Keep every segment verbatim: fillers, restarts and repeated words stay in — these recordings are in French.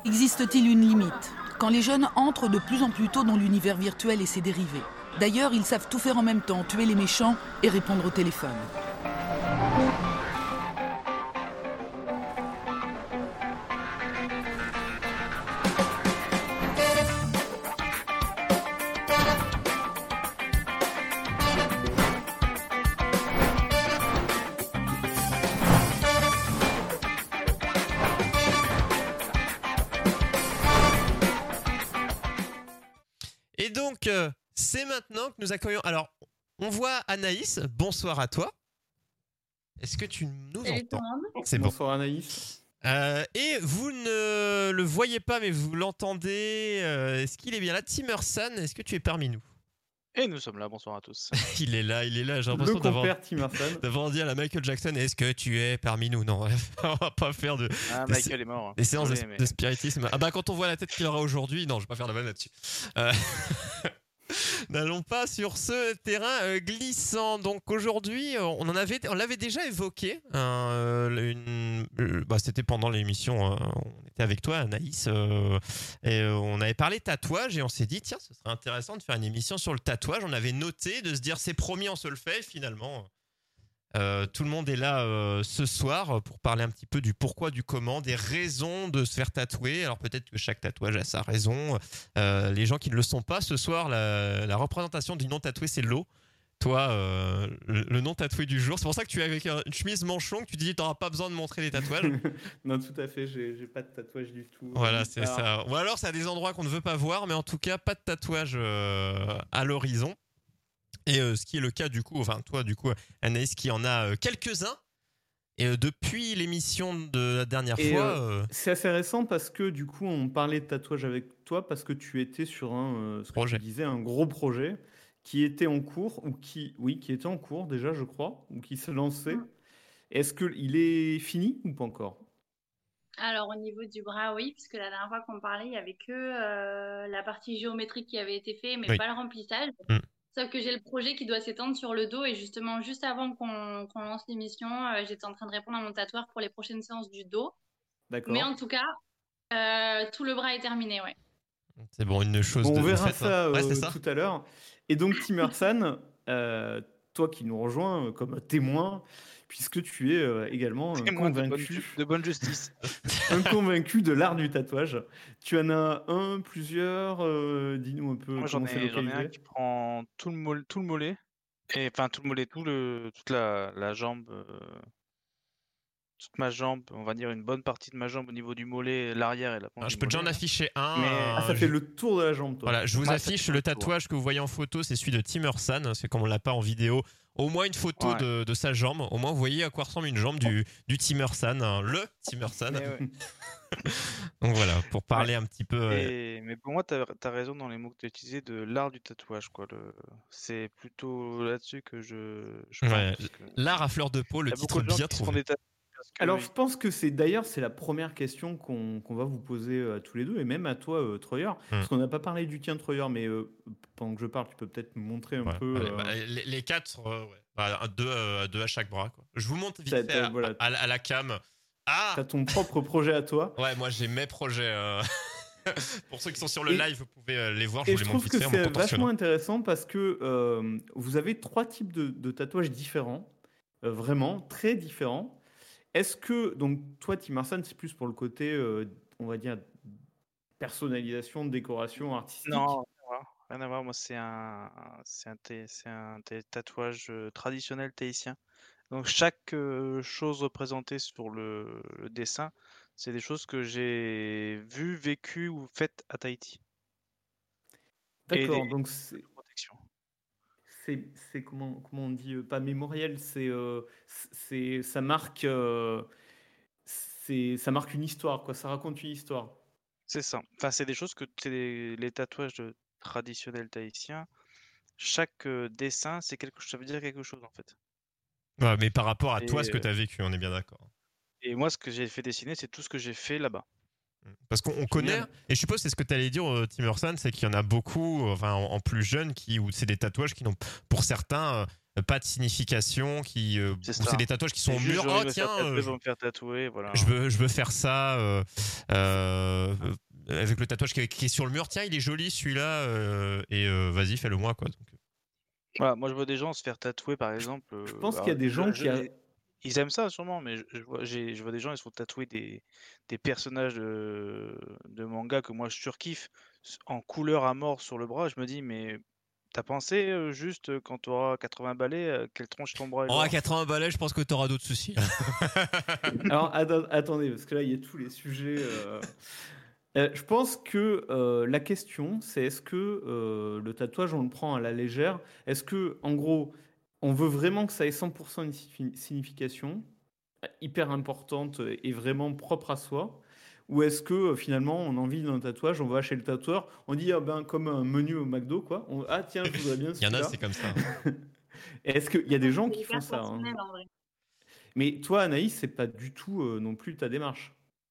Existe-t-il une limite quand les jeunes entrent de plus en plus tôt dans l'univers virtuel et ses dérivés? D'ailleurs, ils savent tout faire en même temps, tuer les méchants et répondre au téléphone. Et donc, euh, c'est maintenant que nous accueillons... Alors, on voit Anaïs. Bonsoir à toi. Est-ce que tu nous Salut entends? tout le monde. C'est bon. Bonsoir Anaïs. Euh, et vous ne le voyez pas, mais vous l'entendez. Euh, est-ce qu'il est bien là? Timerson, est-ce que tu es parmi nous? Et nous sommes là, bonsoir à tous. Il est là, il est là. J'ai Le l'impression d'avoir, compère Timerson. d'avoir dit à la Michael Jackson, est-ce que tu es parmi nous? Non, on va pas faire de, Ah, des, Michael est mort. des séances de, Désolé, mais- de spiritisme. Ah bah quand on voit la tête qu'il aura aujourd'hui, non, je vais pas faire de vanne là-dessus. Euh, N'allons pas sur ce terrain euh, glissant. Donc aujourd'hui, euh, on en avait, on l'avait déjà évoqué. hein, euh, une- euh, bah, c'était pendant l'émission. euh, on était avec toi, Anaïs, euh, et euh, on avait parlé tatouage et on s'est dit tiens, ce serait intéressant de faire une émission sur le tatouage. On avait noté de se dire c'est promis, on se le fait. Et finalement, euh, tout le monde est là euh, ce soir pour parler un petit peu du pourquoi, du comment, des raisons de se faire tatouer. Alors peut-être que chaque tatouage a sa raison. Euh, les gens qui ne le sont pas, ce soir, la, la représentation du non tatoué, c'est l'eau. Toi, euh, le, le non tatoué du jour. C'est pour ça que tu es avec un- une chemise manche longue. Tu te dis, tu n'auras pas besoin de montrer les tatouages. Non, tout à fait, j'ai, j'ai pas de tatouage du tout. Voilà, c'est Alors, ça. Ou alors, c'est à des endroits qu'on ne veut pas voir, mais en tout cas, pas de tatouage euh, à l'horizon. Et euh, ce qui est le cas, du coup, enfin, toi, du coup, Anaïs, qui en a euh, quelques-uns. Et euh, depuis l'émission de la dernière Et, fois. euh, euh, C'est assez récent parce que du coup, on parlait de tatouage avec toi parce que tu étais sur un, euh, ce que Projet. tu disais, un gros projet qui était en cours ou qui, oui, qui était en cours déjà, je crois, ou qui se lançait. Mm. Est-ce que il est fini ou pas encore? Alors au niveau du bras, oui, puisque la dernière fois qu'on parlait, il y avait que euh, la partie géométrique qui avait été faite, mais Oui. pas le remplissage. Mm. Sauf que j'ai le projet qui doit s'étendre sur le dos et justement juste avant qu'on qu'on lance l'émission, euh, j'étais en train de répondre à mon tatoueur pour les prochaines séances du dos. D'accord. Mais en tout cas, euh, tout le bras est terminé, ouais. C'est bon, une chose Bon, de on de verra faite, hein. ça, Ouais, euh, c'est ça. tout à l'heure. Et donc, Timerson, euh, toi qui nous rejoins euh, comme témoin, puisque tu es euh, également un Témoin de bonne, convaincu, ju- de bonne justice. un convaincu de l'art du tatouage. Tu en as un, plusieurs, euh, dis-nous un peu Moi, j'en comment c'est ai, j'en ai un localisé. qui prend tout le, mol- tout le mollet. Et, enfin, tout le mollet, tout le, toute la, la jambe. euh, toute ma jambe, on va dire une bonne partie de ma jambe au niveau du mollet, l'arrière et l'avant Alors, du je peux déjà en mollet, là. afficher un. Mais- euh, Ah, ça je- fait le tour de la jambe, toi. Voilà, je vous Ouais, ça affiche fait le un tour. tatouage que vous voyez en photo, c'est celui de Timerson. C'est comme on l'a pas en vidéo. Au moins une photo Ouais. de, de sa jambe. Au moins, vous voyez à quoi ressemble une jambe du, du Timerson, hein, le Timerson. Mais ouais. Donc voilà, pour parler un petit peu. euh, Et- mais pour moi, tu as raison dans les mots que tu as utilisés de l'art du tatouage. Quoi. Le... C'est plutôt là-dessus que je, je Ouais. pense. que- L'art à fleur de peau, le Il y a titre beaucoup de gens bien qui se font trouvé. des tatouages parce que Alors, ils- je pense que c'est d'ailleurs c'est la première question qu'on qu'on va vous poser euh, à tous les deux et même à toi, euh, Troyer, parce qu'on n'a pas parlé du tien, Troyer, mais euh, pendant que je parle, tu peux peut-être me montrer un Ouais, peu. allez, euh, bah, les, les quatre, euh, ouais. Bah, un- deux, euh, deux à chaque bras. Quoi. Je vous montre vite T'as- fait t'as- à, voilà. à la- à la cam. Ah T'as ton propre projet à toi. Ouais, moi j'ai mes projets. euh, Pour ceux qui sont sur le Et- live, vous pouvez euh, les voir. Je Et vous je les montre trouve vite que fait en c'est me vachement proportionnant. intéressant parce que euh, vous avez trois types de, de tatouages différents, euh, vraiment très différents. Est-ce que, donc toi, Timerson, c'est plus pour le côté, euh, on va dire, personnalisation, décoration artistique? Non, rien à voir. Rien à voir. Moi, c'est un, c'est un, ta- c'est un ta- tatouage euh, traditionnel tahitien. Donc, chaque euh, chose représentée sur le, le dessin, c'est des choses que j'ai vues, vécues ou faites à Tahiti. Et D'accord, des donc c'est, protections. c'est, c'est comment, comment on dit, euh, pas mémoriel, c'est, euh, c'est, ça marque, euh, c'est, ça marque une histoire, quoi, ça raconte une histoire. C'est ça. Enfin, c'est des choses que c'est les, les tatouages de- traditionnels tahitiens. Chaque euh, dessin, c'est quelque, ça veut dire quelque chose en fait. Ouais, mais par rapport à Et, toi, ce que euh, tu as vécu, on est bien d'accord. Et moi, ce que j'ai fait dessiner, c'est tout ce que j'ai fait là-bas. Parce qu'on on connaît, Génial. et je suppose c'est ce que tu allais dire, euh, Tim Ursan, c'est qu'il y en a beaucoup, enfin en, en plus jeunes, qui, où c'est des tatouages qui n'ont, pour certains, euh, pas de signification, qui, euh, C'est ou ça. c'est des tatouages qui sont C'est au juste, mur. j'ai envie Oh de me faire tiens, tatouer euh, je, pour me faire tatouer, voilà. je veux, je veux faire ça euh, euh, avec le tatouage qui est, qui est sur le mur. Tiens, il est joli celui-là, euh, et euh, vas-y, fais-le moi quoi. Donc, Voilà, moi je vois des gens se faire tatouer par exemple. Je euh, pense qu'il y alors, a des je- gens je- qui... a- ils ils aiment ça sûrement, mais je, je vois, j'ai- je vois des gens, ils se font tatouer des, des personnages de, de manga que moi je surkiffe s- en couleur à mort sur le bras. Je me dis, mais t'as pensé euh, juste euh, quand tu auras quatre-vingts balais, euh, quelle tronche ton bras il oh, à aura? quatre-vingts balais, je pense que t'auras d'autres soucis. Alors, atta- attendez, parce que là, il y a tous les sujets. euh. Euh, je pense que euh, la question, c'est est-ce que euh, le tatouage, on le prend à la légère? Est-ce que, en gros, on veut vraiment que ça ait cent pour cent une signifi- signification euh, hyper importante et vraiment propre à soi? Ou est-ce que euh, finalement, on a envie d'un tatouage, on va chez le tatoueur, on dit ah ben, comme un menu au McDo, quoi. On- ah tiens, je voudrais bien Il y en a, celui-là. c'est comme ça. Et est-ce qu'il y a des gens C'est qui font hyper ça, hein? personnel en vrai. Mais toi, Anaïs, c'est pas du tout euh, non plus ta démarche.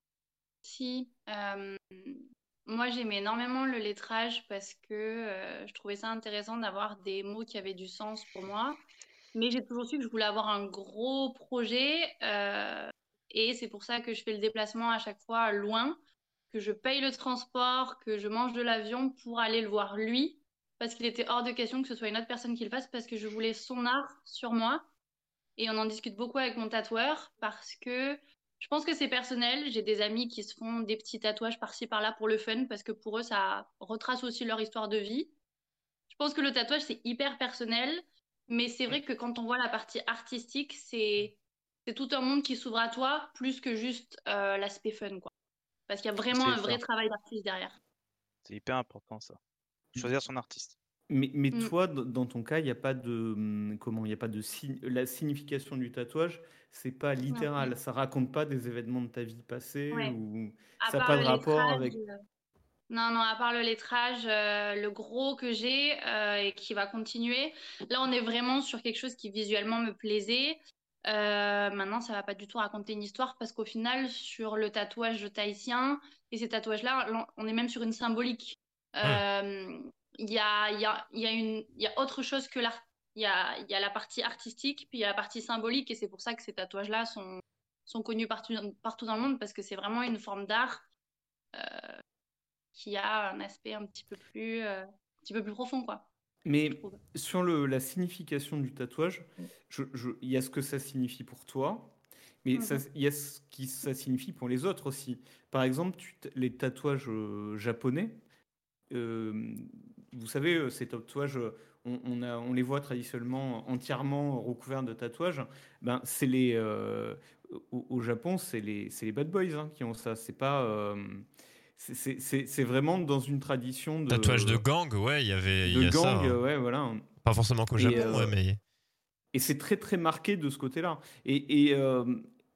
Si, euh, moi j'aimais énormément le lettrage parce que euh, je trouvais ça intéressant d'avoir des mots qui avaient du sens pour moi. Mais j'ai toujours su que je voulais avoir un gros projet euh, et c'est pour ça que je fais le déplacement à chaque fois loin, que je paye le transport, que je mange de l'avion pour aller le voir lui, parce qu'il était hors de question que ce soit une autre personne qui le fasse, parce que je voulais son art sur moi. Et on en discute beaucoup avec mon tatoueur parce que je pense que c'est personnel. J'ai des amis qui se font des petits tatouages par-ci par-là pour le fun parce que pour eux, ça retrace aussi leur histoire de vie. Je pense que le tatouage, c'est hyper personnel, mais c'est vrai que quand on voit la partie artistique, c'est c'est tout un monde qui s'ouvre à toi plus que juste euh, l'aspect fun, quoi. Parce qu'il y a vraiment C'est un vrai ça. travail d'artiste derrière. C'est hyper important ça. Choisir son artiste. Mais, mais Mm. toi, d- dans ton cas, il n'y a pas de hum, comment, il y a pas de sign- la signification du tatouage, c'est pas littéral, ça raconte pas des événements de ta vie passée Ouais. ou À ça n'a part pas le de rapport lettrage, avec. euh, non, non, à part le lettrage, euh, le gros que j'ai euh, et qui va continuer. Là, on est vraiment sur quelque chose qui visuellement me plaisait. Euh, maintenant, ça va pas du tout raconter une histoire parce qu'au final, sur le tatouage tahitien et ces tatouages-là, l'on- on est même sur une symbolique. Hmm. Euh, Il y a, il y a, il y a une, il y a autre chose que l'art. Il y a, il y a la partie artistique, puis il y a la partie symbolique, et c'est pour ça que ces tatouages-là sont, sont connus partout, partout dans le monde parce que c'est vraiment une forme d'art qui a un aspect un petit peu plus, euh, un petit peu plus profond, quoi, je Mais trouve. sur le, la signification du tatouage, je- je- il y a ce que ça signifie pour toi, mais ça- Mhm. il y a ce qui ça signifie pour les autres aussi. Par exemple, tu t- les tatouages euh, japonais, euh, vous savez, euh, ces tatouages, euh, on, on a, on les voit traditionnellement entièrement recouverts de tatouages. Ben, c'est les, euh, au, au Japon, c'est les, c'est les bad boys hein, qui ont ça. C'est pas, euh, c'est c'est- c'est- c'est vraiment dans une tradition Tatouage de de, gang, ouais, il y avait, il de y a ça. gang, Hein. euh, ouais, voilà. Pas forcément qu'au Et, Japon, euh, ouais, mais. et c'est très très marqué de ce côté-là. Et, et, euh,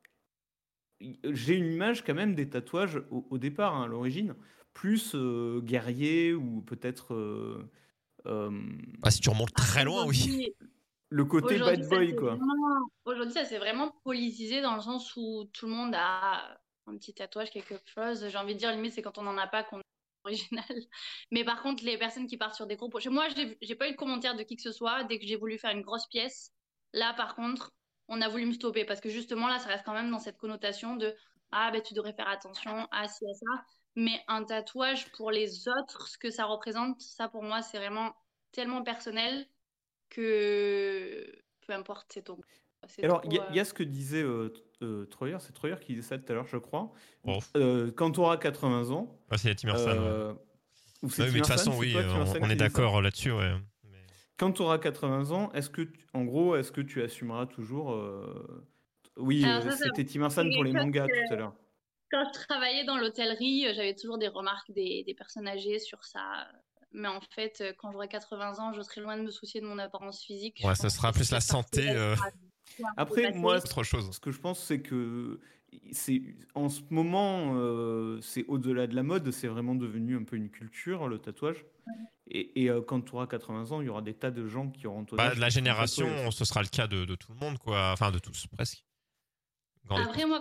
j'ai une image quand même des tatouages au, au départ, hein, à l'origine, plus euh, guerrier ou peut-être euh, euh, Ah, si tu remontes très Après, loin, oui. aujourd'hui, le côté aujourd'hui, bad ça boy, s'est quoi. vraiment, aujourd'hui, ça s'est vraiment politisé dans le sens où tout le monde a un petit tatouage, quelque chose. J'ai envie de dire, limite, c'est quand on n'en a pas qu'on est original. Mais par contre, les personnes qui partent sur des gros projets, moi, j'ai j'ai pas eu de commentaire de qui que ce soit dès que j'ai voulu faire une grosse pièce. Là, par contre, on a voulu me stopper parce que justement, là, ça reste quand même dans cette connotation de ah, ben, tu devrais faire attention à ci, à ça. Mais un tatouage pour les autres, ce que ça représente, ça pour moi, c'est vraiment tellement personnel que peu importe, c'est ton. C'est Alors, il y, trop. a- il euh, y a ce que disait euh, euh, Troyer, c'est Troyer qui disait ça tout à l'heure, je crois. Bon. Euh, quand tu auras quatre-vingts ans, Ouais, c'est Tim Ursan, ouais. euh, ou c'est Oui, mais de toute Tim Ursan, façon, c'est oui, toi, Tim on, Ursan, on qui est dit ça d'accord là-dessus, ouais. Mais- Quand tu auras quatre-vingts ans, est-ce que, tu- en gros, est-ce que tu assumeras toujours euh, Oui, Alors, euh, ça, ça- c'était Tim c'est Ursan pour les quelque chose mangas que tout à l'heure. quand je travaillais dans l'hôtellerie, euh, j'avais toujours des remarques des, des personnes âgées sur ça. Mais en fait, euh, quand j'aurai quatre-vingts ans, je serai loin de me soucier de mon apparence physique. Ouais, Je ce pense sera que plus la cette partie-là, santé, euh, sera bien Après, dépassée. moi, autre chose. ce que je pense, c'est que c'est en ce moment, euh, c'est au-delà de la mode, c'est vraiment devenu un peu une culture, le tatouage. Et, et, euh, quand tu auras quatre-vingts ans, il y aura des tas de gens qui auront ton Bah, âge de la qui seront génération, tatoués aussi. ce sera le cas de, de tout le monde, quoi. Enfin, de tous, presque. Grande Après, moi, quand je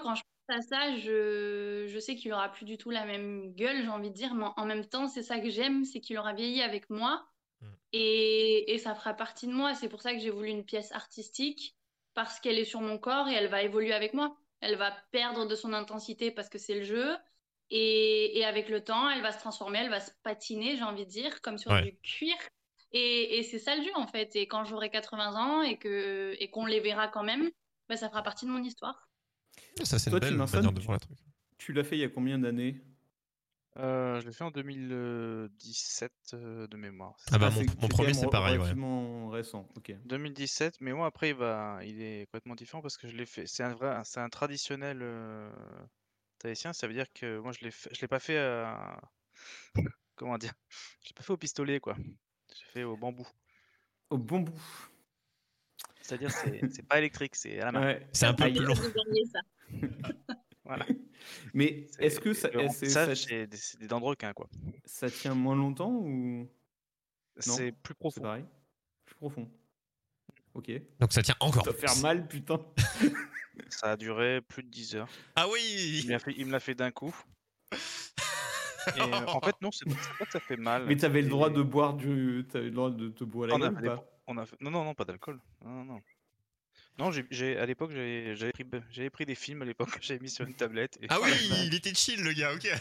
à ça, je, je sais qu'il aura plus du tout la même gueule, j'ai envie de dire, mais en même temps, c'est ça que j'aime, c'est qu'il aura vieilli avec moi Mm. et, et ça fera partie de moi. C'est pour ça que j'ai voulu une pièce artistique, parce qu'elle est sur mon corps et elle va évoluer avec moi. Elle va perdre de son intensité parce que c'est le jeu. Et, et avec le temps, elle va se transformer, elle va se patiner, j'ai envie de dire, comme sur Ouais. du cuir. Et, et c'est ça le jeu, en fait. Et quand j'aurai quatre-vingts ans et que, et qu'on les verra quand même, bah, ça fera partie de mon histoire. Ça, c'est une Toi, belle Tim Marsan, manière de tu, voir le truc. tu l'as fait il y a combien d'années? Euh, je l'ai fait en deux mille dix-sept euh, de mémoire. c'est Ah ça. bah Ah, mon, c'est mon c'est quand premier même c'est re- pareil, ouais. relativement récent. Ok. deux mille dix-sept, mais moi après il va, il est complètement différent parce que je l'ai fait. C'est un vrai, c'est un traditionnel euh, tahitien. Ça veut dire que moi je l'ai, fait- je l'ai pas fait, à- comment dire, je l'ai pas fait au pistolet quoi. J'ai fait au bambou. Au bon bout. C'est-à-dire c'est, c'est pas électrique, c'est à la main. Ouais. C'est un peu Aïe. plus long. Vous verriez ça. Voilà. Mais C'est- est-ce que ça, le est-ce- ça, remplissage c'est des, c'est des dents de requin quoi. ça tient moins longtemps ou non? C'est plus C'est profond. pareil. Plus profond. Ok. Donc ça tient encore Ça va faire plus. mal, putain. Ça a duré plus de dix heures. Ah Il oui. me l'a fait, il me l'a fait d'un coup. Et euh, en fait non, c'est pas, c'est pas que ça fait mal. Mais t'avais le droit c'est- de boire du, t'avais le droit de te boire la On a gueule fait ou des- pas? on a fait- Non, non, non, pas d'alcool. Non, non, non. Non, j'ai, j'ai- à l'époque, j'avais, j'avais pris, j'avais pris des films à l'époque que j'avais mis sur une tablette. Et Ah oui, voilà. il était chill le gars, ok.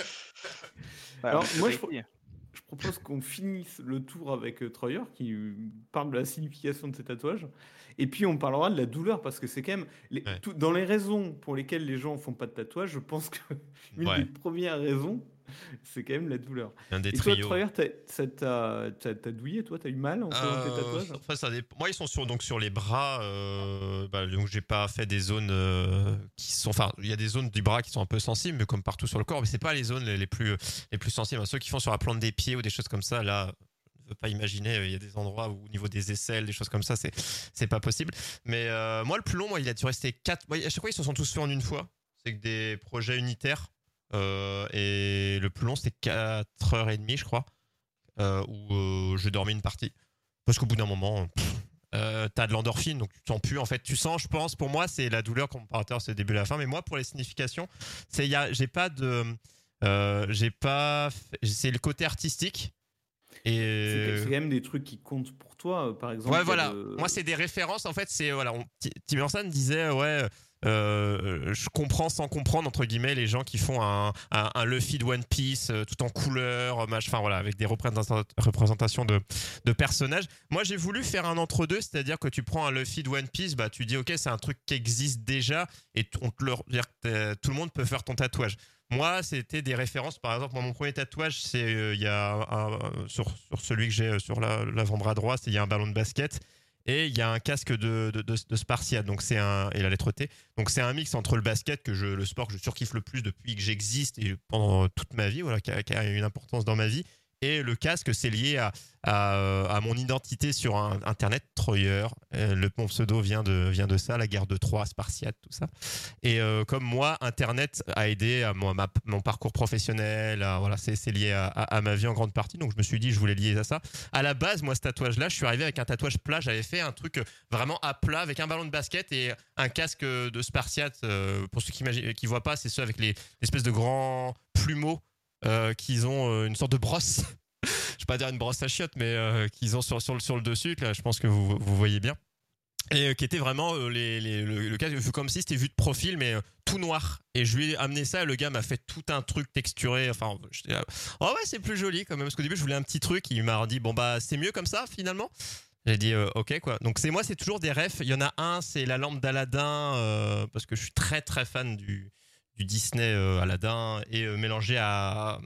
Bah, Alors, on moi, avait je pro- dit. Je propose qu'on finisse le tour avec euh, Troyer qui euh, parle de la signification de ces tatouages. Et puis on parlera de la douleur parce que c'est quand même les- Ouais. tout- dans les raisons pour lesquelles les gens font pas de tatouage, je pense que une Ouais. des premières raisons, c'est quand même la douleur. Un des Et toi, trios. Troyer, t'as- ça t'a t'as- t'as douillé, toi, t'as eu mal en faisant tes Euh, tatouages? enfin, ça dépend. Moi, ils sont sur, donc, sur les bras. Euh, bah, donc, j'ai pas fait des zones euh, qui sont. Enfin, il y a des zones du bras qui sont un peu sensibles, mais comme partout sur le corps. Mais c'est pas les zones les, les plus, les plus sensibles. Ceux qui font sur la plante des pieds ou des choses comme ça, là, je ne veux pas imaginer. euh, Il y a des endroits où, au niveau des aisselles, des choses comme ça, c'est, c'est pas possible. Mais euh, moi, le plus long, moi, il a dû rester quatre. Ouais, à chaque fois, ils se sont tous faits en une fois. C'est que des projets unitaires. Euh, et le plus long, c'était quatre heures trente, je crois. Euh, où euh, je dormais une partie. Parce qu'au bout d'un moment, pff, euh, t'as de l'endorphine, donc tu sens plus. En fait, tu sens, je pense, pour moi, c'est la douleur comparateur, c'est le début et la fin. Mais moi, pour les significations, c'est, y a, j'ai pas de. Euh, j'ai pas. C'est le côté artistique. C'est Et. c'est quand même des trucs qui comptent pour toi, euh, par exemple. Ouais, il y a voilà. le- Moi, c'est des références. En fait, c'est voilà. on- Ti- Tim Burton disait, ouais, euh, je comprends sans comprendre entre guillemets les gens qui font un, un, un Luffy de One Piece euh, tout en couleur, mach- enfin voilà, avec des représenta- représentations de, de personnages. Moi, j'ai voulu faire un entre-deux, c'est-à-dire que tu prends un Luffy de One Piece, bah tu dis ok, c'est un truc qui existe déjà et t- on te le, dire que t'es- tout le monde peut faire ton tatouage. Moi, c'était des références. Par exemple, moi, mon premier tatouage, c'est euh, il y a un- un- sur, sur celui que j'ai euh, sur la- l'avant-bras droit, c'est il y a un ballon de basket et il y a un casque de, de, de, de Spartiate. Donc c'est un et la lettre T. Donc c'est un mix entre le basket que je le sport que je surkiffe le plus depuis que j'existe et pendant toute ma vie, voilà, qui a, qui a une importance dans ma vie. Et le casque, c'est lié à, à, à mon identité sur un, Internet, Troyer. Euh, le, mon pseudo vient de, vient de ça, la guerre de Troie, Spartiate, tout ça. Et euh, comme moi, Internet a aidé à mon, ma, mon parcours professionnel, à, voilà, c'est, c'est lié à, à, à ma vie en grande partie. Donc je me suis dit, je voulais lier à ça. À la base, moi, ce tatouage-là, je suis arrivé avec un tatouage plat. J'avais fait un truc vraiment à plat avec un ballon de basket et un casque de Spartiate. Euh, pour ceux qui ne voient pas, c'est ceux avec les espèces de grands plumeaux. Euh, qu'ils ont euh, une sorte de brosse, je vais pas dire une brosse à chiottes, mais euh, qu'ils ont sur, sur, le, sur le dessus, là, je pense que vous, vous voyez bien, et euh, qui était vraiment euh, les, les, le, le cas comme si c'était vu de profil, mais euh, tout noir. Et je lui ai amené ça, et le gars m'a fait tout un truc texturé. Enfin, j'étais là, oh ouais, c'est plus joli quand même, parce qu'au début je voulais un petit truc, il m'a dit bon bah c'est mieux comme ça finalement. J'ai dit euh, ok quoi. Donc c'est moi, c'est toujours des refs. Il y en a un, c'est la lampe d'Aladin, euh, parce que je suis très très fan du du Disney euh, Aladdin et euh, mélangé à,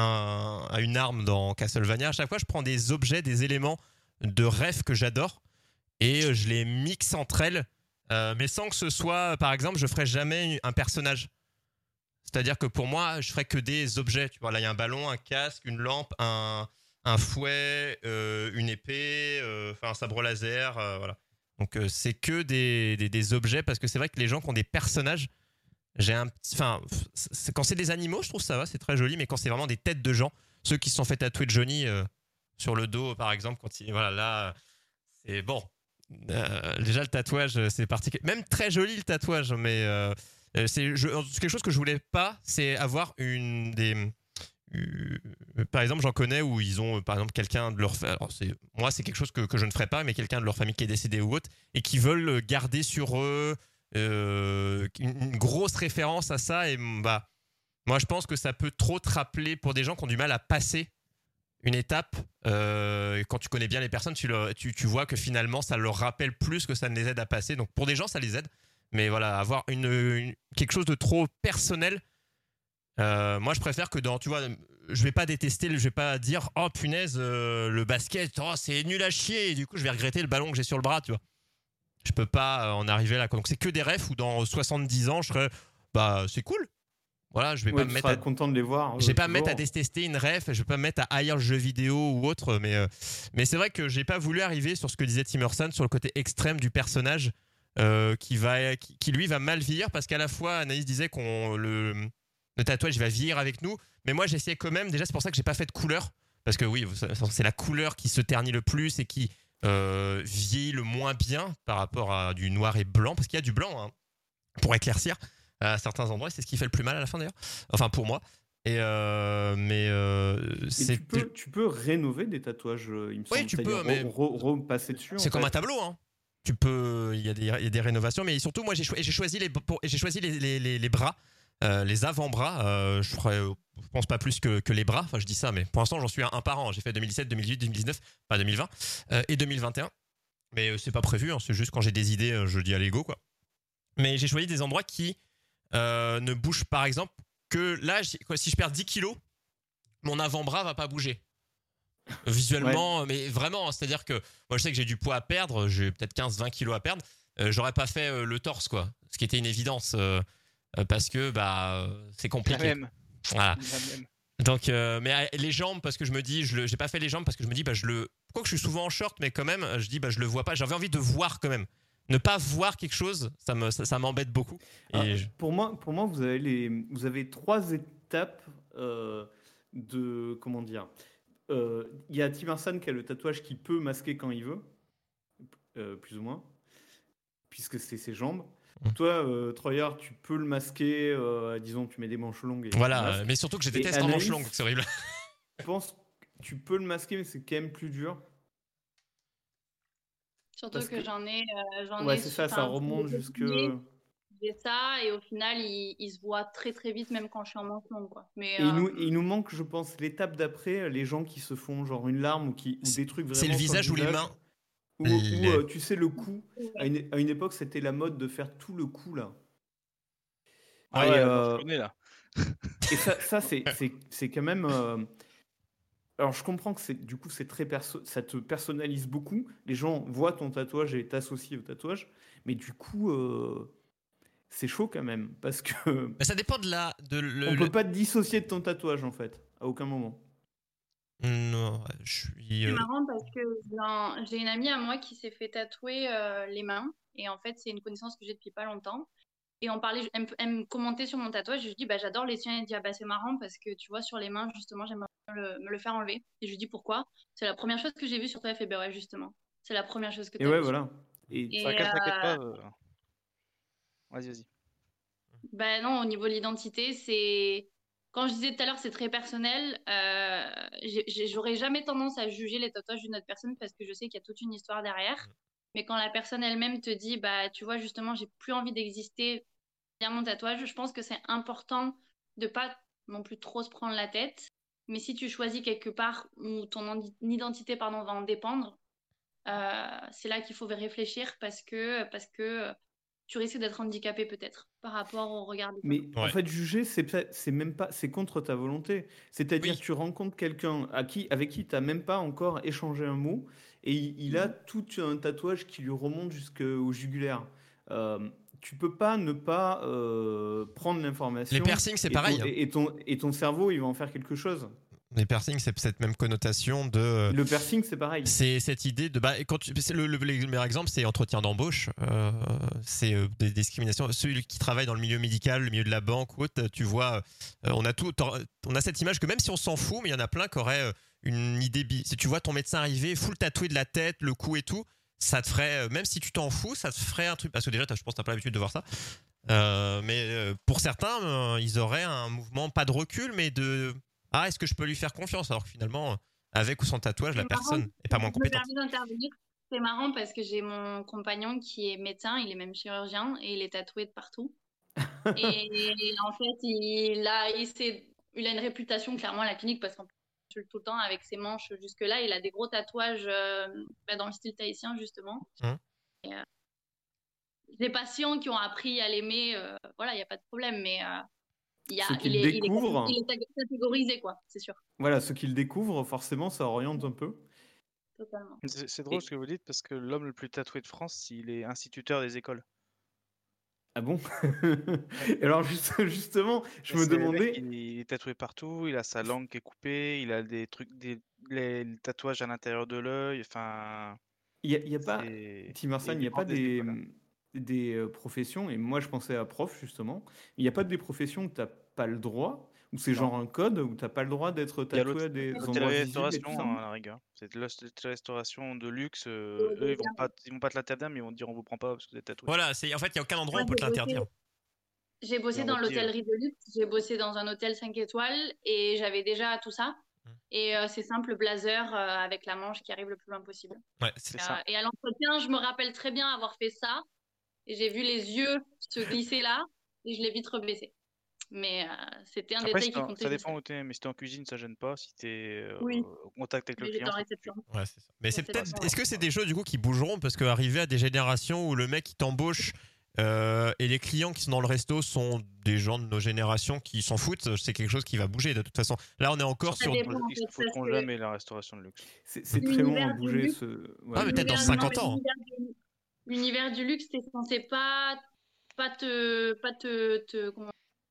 un, à une arme dans Castlevania. À chaque fois, je prends des objets, des éléments de rêve que j'adore et euh, je les mixe entre elles, euh, mais sans que ce soit, par exemple, je ferai jamais un personnage. C'est-à-dire que pour moi, je ferai que des objets. Tu vois, là, il y a un ballon, un casque, une lampe, un, un fouet, euh, une épée, euh, enfin un sabre laser, euh, voilà. Donc euh, c'est que des, des, des objets parce que c'est vrai que les gens qui ont des personnages, j'ai un petit, enfin, c'est, quand c'est des animaux, je trouve ça va, c'est très joli, mais quand c'est vraiment des têtes de gens, ceux qui se sont fait tatouer de Johnny euh, sur le dos, par exemple, quand il, voilà, là, c'est bon. Euh, déjà le tatouage, c'est particulier, même très joli le tatouage, mais euh, Euh, c'est je, quelque chose que je voulais pas, c'est avoir une des euh, par exemple, j'en connais où ils ont, euh, par exemple, quelqu'un de leur famille. Alors, c'est, moi, c'est quelque chose que, que je ne ferais pas, mais quelqu'un de leur famille qui est décédé ou autre, et qui veulent garder sur eux euh, une, une grosse référence à ça. Et bah, moi, je pense que ça peut trop te rappeler pour des gens qui ont du mal à passer une étape. Euh, quand tu connais bien les personnes, tu, leur, tu, tu vois que finalement, ça leur rappelle plus que ça ne les aide à passer. Donc, pour des gens, ça les aide. Mais voilà, avoir une, une, quelque chose de trop personnel. Euh, moi, je préfère que dans, tu vois, je vais pas détester, je vais pas dire, oh punaise, euh, le basket, oh, c'est nul à chier, et du coup, je vais regretter le ballon que j'ai sur le bras, tu vois. Je peux pas en arriver là. Donc, c'est que des refs où dans soixante-dix ans, je serais, bah, c'est cool. Voilà, je vais Ouais, pas me tu mettre seras à, content de les voir. je vais euh, pas me mettre à toujours. détester une ref, je vais pas me mettre à haïr le jeu vidéo ou autre, mais, euh, mais c'est vrai que j'ai pas voulu arriver sur ce que disait Timerson, sur le côté extrême du personnage, euh, qui, va, qui, qui lui va mal vieillir, parce qu'à la fois, Anaïs disait qu'on le. Le tatouage va vieillir avec nous, mais moi j'essayais quand même. Déjà, c'est pour ça que j'ai pas fait de couleur, parce que oui, c'est la couleur qui se ternit le plus et qui euh, vieillit le moins bien par rapport à du noir et blanc, parce qu'il y a du blanc hein, pour éclaircir à certains endroits. C'est ce qui fait le plus mal à la fin d'ailleurs. Enfin pour moi. Et euh, mais euh, c'est tu peux, tu peux rénover des tatouages, euh, il me oui, semble. tu C'est-à-dire peux, mais re- re- repasser dessus. c'est en comme fait. un tableau. Hein. Tu peux, il y a des, il y a des rénovations, mais surtout moi j'ai, cho- j'ai choisi les, pour, j'ai choisi les, les, les, les bras. Euh, les avant-bras, euh, je ferais, je pense pas plus que, que les bras. Enfin, je dis ça, mais pour l'instant, j'en suis un, un par an. J'ai fait deux mille dix-sept, deux mille dix-huit, deux mille dix-neuf, enfin deux mille vingt euh, et deux mille vingt et un. Mais euh, c'est pas prévu. Hein, c'est juste quand j'ai des idées, euh, je dis allez go quoi. Mais j'ai choisi des endroits qui euh, ne bougent, par exemple, que là, quoi, si je perds dix kilos, mon avant-bras va pas bouger. Visuellement, ouais. Mais vraiment, c'est-à-dire que moi, je sais que j'ai du poids à perdre. J'ai peut-être quinze vingt kilos à perdre. Euh, j'aurais pas fait euh, le torse quoi, ce qui était une évidence. Euh, parce que bah c'est compliqué. La même. Voilà. La même. Donc euh, mais les jambes parce que je me dis je le, j'ai pas fait les jambes parce que je me dis bah je le quoi que je suis souvent en short mais quand même je dis bah je le vois pas, j'avais envie de voir quand même. Ne pas voir quelque chose, ça me ça, ça m'embête beaucoup. Et Ah, je... pour moi pour moi vous avez les vous avez trois étapes euh, de comment dire. Il euh, y a Timerson qui a le tatouage qui peut masquer quand il veut, euh, plus ou moins, puisque c'est ses jambes. Toi, euh, Troyer, tu peux le masquer, euh, disons, tu mets des manches longues. Et voilà, mais surtout que je déteste en manches longues, c'est horrible. Je pense que tu peux le masquer, mais c'est quand même plus dur. Surtout que, que j'en ai, euh, j'en ouais, ai. c'est ça, ça remonte jusque. J'ai ça, et au final, il, il se voit très très vite, même quand je suis en manches longues, quoi. Mais, et euh... il, nous, il nous manque, je pense, l'étape d'après, les gens qui se font genre une larme ou, qui, ou des trucs vraiment. C'est le visage ou les mains. Ou, les... ou euh, tu sais, le cou. À une, à une époque, c'était la mode de faire tout le cou, là. Ah et, ouais, euh, je connais, là. Et ça, ça c'est, c'est, c'est quand même. Euh... Alors, je comprends que c'est, du coup, c'est très perso... ça te personnalise beaucoup. Les gens voient ton tatouage et t'associent au tatouage. Mais du coup, euh... c'est chaud quand même. Parce que. Mais ça dépend de la. De le, on ne le... peut pas te dissocier de ton tatouage, en fait. À aucun moment. Non, je suis. C'est marrant parce que dans... j'ai une amie à moi qui s'est fait tatouer euh, les mains. Et en fait, c'est une connaissance que j'ai depuis pas longtemps. Et on parlait, elle me, elle me commentait sur mon tatouage. Je lui dis, bah, j'adore les tiens. Elle dit, ah, bah, c'est marrant parce que tu vois, sur les mains, justement, j'aimerais le, me le faire enlever. Et je lui dis, pourquoi? C'est la première chose que j'ai vue sur toi. Elle fait, bah, ouais, justement. C'est la première chose que tu as Et ouais, vue. voilà. Et, et t'inquiète, euh... t'inquiète pas. Euh... Vas-y, vas-y. Bah, non, au niveau de l'identité, c'est. Quand je disais tout à l'heure, c'est très personnel. Euh, j'ai, j'aurais jamais tendance à juger les tatouages d'une autre personne parce que je sais qu'il y a toute une histoire derrière. Mais quand la personne elle-même te dit, bah, tu vois, justement, j'ai plus envie d'exister via mon tatouage, je pense que c'est important de pas non plus trop se prendre la tête. Mais si tu choisis quelque part où ton identité pardon, va en dépendre, euh, c'est là qu'il faut réfléchir parce que, parce que tu risques d'être handicapé peut-être par rapport au regard des Mais gens. en Ouais. fait, juger, c'est, c'est même pas, c'est contre ta volonté. C'est-à-dire Oui. que tu rencontres quelqu'un à qui, avec qui tu n'as même pas encore échangé un mot et il, il a tout un tatouage qui lui remonte jusqu'au jugulaire. Euh, tu peux pas ne pas euh, prendre l'information. Les piercings, c'est et pareil. Ton, hein. et, et, ton, et ton cerveau, il va en faire quelque chose. Les piercings, c'est cette même connotation de. Le piercing, c'est pareil. C'est cette idée de. Bah, quand tu, c'est le, le, le meilleur exemple, c'est entretien d'embauche. Euh, c'est euh, des discriminations. Ceux qui travaillent dans le milieu médical, le milieu de la banque ou autre, tu vois, euh, on a tout, on a cette image que même si on s'en fout, mais il y en a plein qui auraient une idée. Si tu vois ton médecin arriver, full tatoué de la tête, le cou et tout, ça te ferait, même si tu t'en fous, ça te ferait un truc. Parce que déjà, je pense que t'as pas l'habitude de voir ça. Euh, mais euh, pour certains, euh, ils auraient un mouvement pas de recul, mais de ah, est-ce que je peux lui faire confiance alors que finalement, avec ou sans tatouage, C'est la marrant, personne est pas moins je me compétente. permets d'intervenir. C'est marrant parce que j'ai mon compagnon qui est médecin, il est même chirurgien et il est tatoué de partout. Et en fait, il a, il, s'est- il a une réputation clairement à la clinique parce qu'en plus, il consulte tout le temps avec ses manches jusque-là. Il a des gros tatouages euh, bah, dans le style tahitien, justement. Hum. Et, euh, des patients qui ont appris à l'aimer, euh, voilà, il n'y a pas de problème, mais euh, il, y a, Ceux qui il, le est, il, est, découvrent, il est catégorisé, quoi, c'est sûr. voilà, ceux qui le découvrent, forcément, ça oriente un peu. Totalement. C'est c'est drôle Et- ce que vous dites parce que l'homme le plus tatoué de France, il est instituteur des écoles. Ah bon? Et alors, juste- justement, je Et me c'est le mec, demandais, il, il est tatoué partout, il a sa langue qui est coupée, il a des trucs, des les, les tatouages à l'intérieur de l'œil. Enfin, il n'y a, il y a pas, c'est Tim et Marsan, il il n'y a vend pas des des, écoles. hein. des euh, professions, et moi je pensais à prof justement, il n'y a pas des professions où tu n'as pas le droit, ou c'est Non. genre un code où tu n'as pas le droit d'être Il y a tatoué à des endroits visibles et tout l'hôtellerie-restauration ça? à la rigueur. C'est de l'hôtellerie-restauration de luxe. euh, eux, ils vont pas, ils vont pas te l'interdire, mais ils vont te dire on vous prend pas parce que vous êtes tatoué. Voilà, c'est en fait, il y a aucun endroit où Moi, on peut j'ai te l'interdire. bossé, j'ai bossé Et on dans va te dire. l'hôtellerie de luxe, j'ai bossé dans un hôtel cinq étoiles et j'avais déjà tout ça. Mm. Et euh, c'est simple, blazer euh, avec la manche qui arrive le plus loin possible. Ouais, c'est C'est Euh, ça. et à l'entretien, je me rappelle très bien avoir fait ça. Et j'ai vu les yeux se glisser là et je l'ai vite rebaissé. Mais euh, c'était un Après, détail si qui t'es en- comptait ça juste. dépend où t'es, mais si t'es en cuisine, ça gêne pas. Si t'es euh, Oui, au contact avec le mais j'étais client, en c'est réception. compliqué. Ouais, c'est ça. Mais c'est Réception, peut-être. ouais. Est-ce que c'est des jeux du coup qui bougeront parce qu'arriver à des générations où le mec qui t'embauche euh, et les clients qui sont dans le resto sont des gens de nos générations qui s'en foutent, c'est quelque chose qui va bouger de toute façon. Là, on est encore Ça sur. dépend, en Ils fait, se parce foutront que jamais la restauration de luxe. C'est c'est très long à l'univers du bouger luxe, ce. ouais, Ah, mais peut-être dans l'univers- cinquante ans. l'univers du- l'univers du luxe, t'es censé pas, pas te, pas te, te- comment-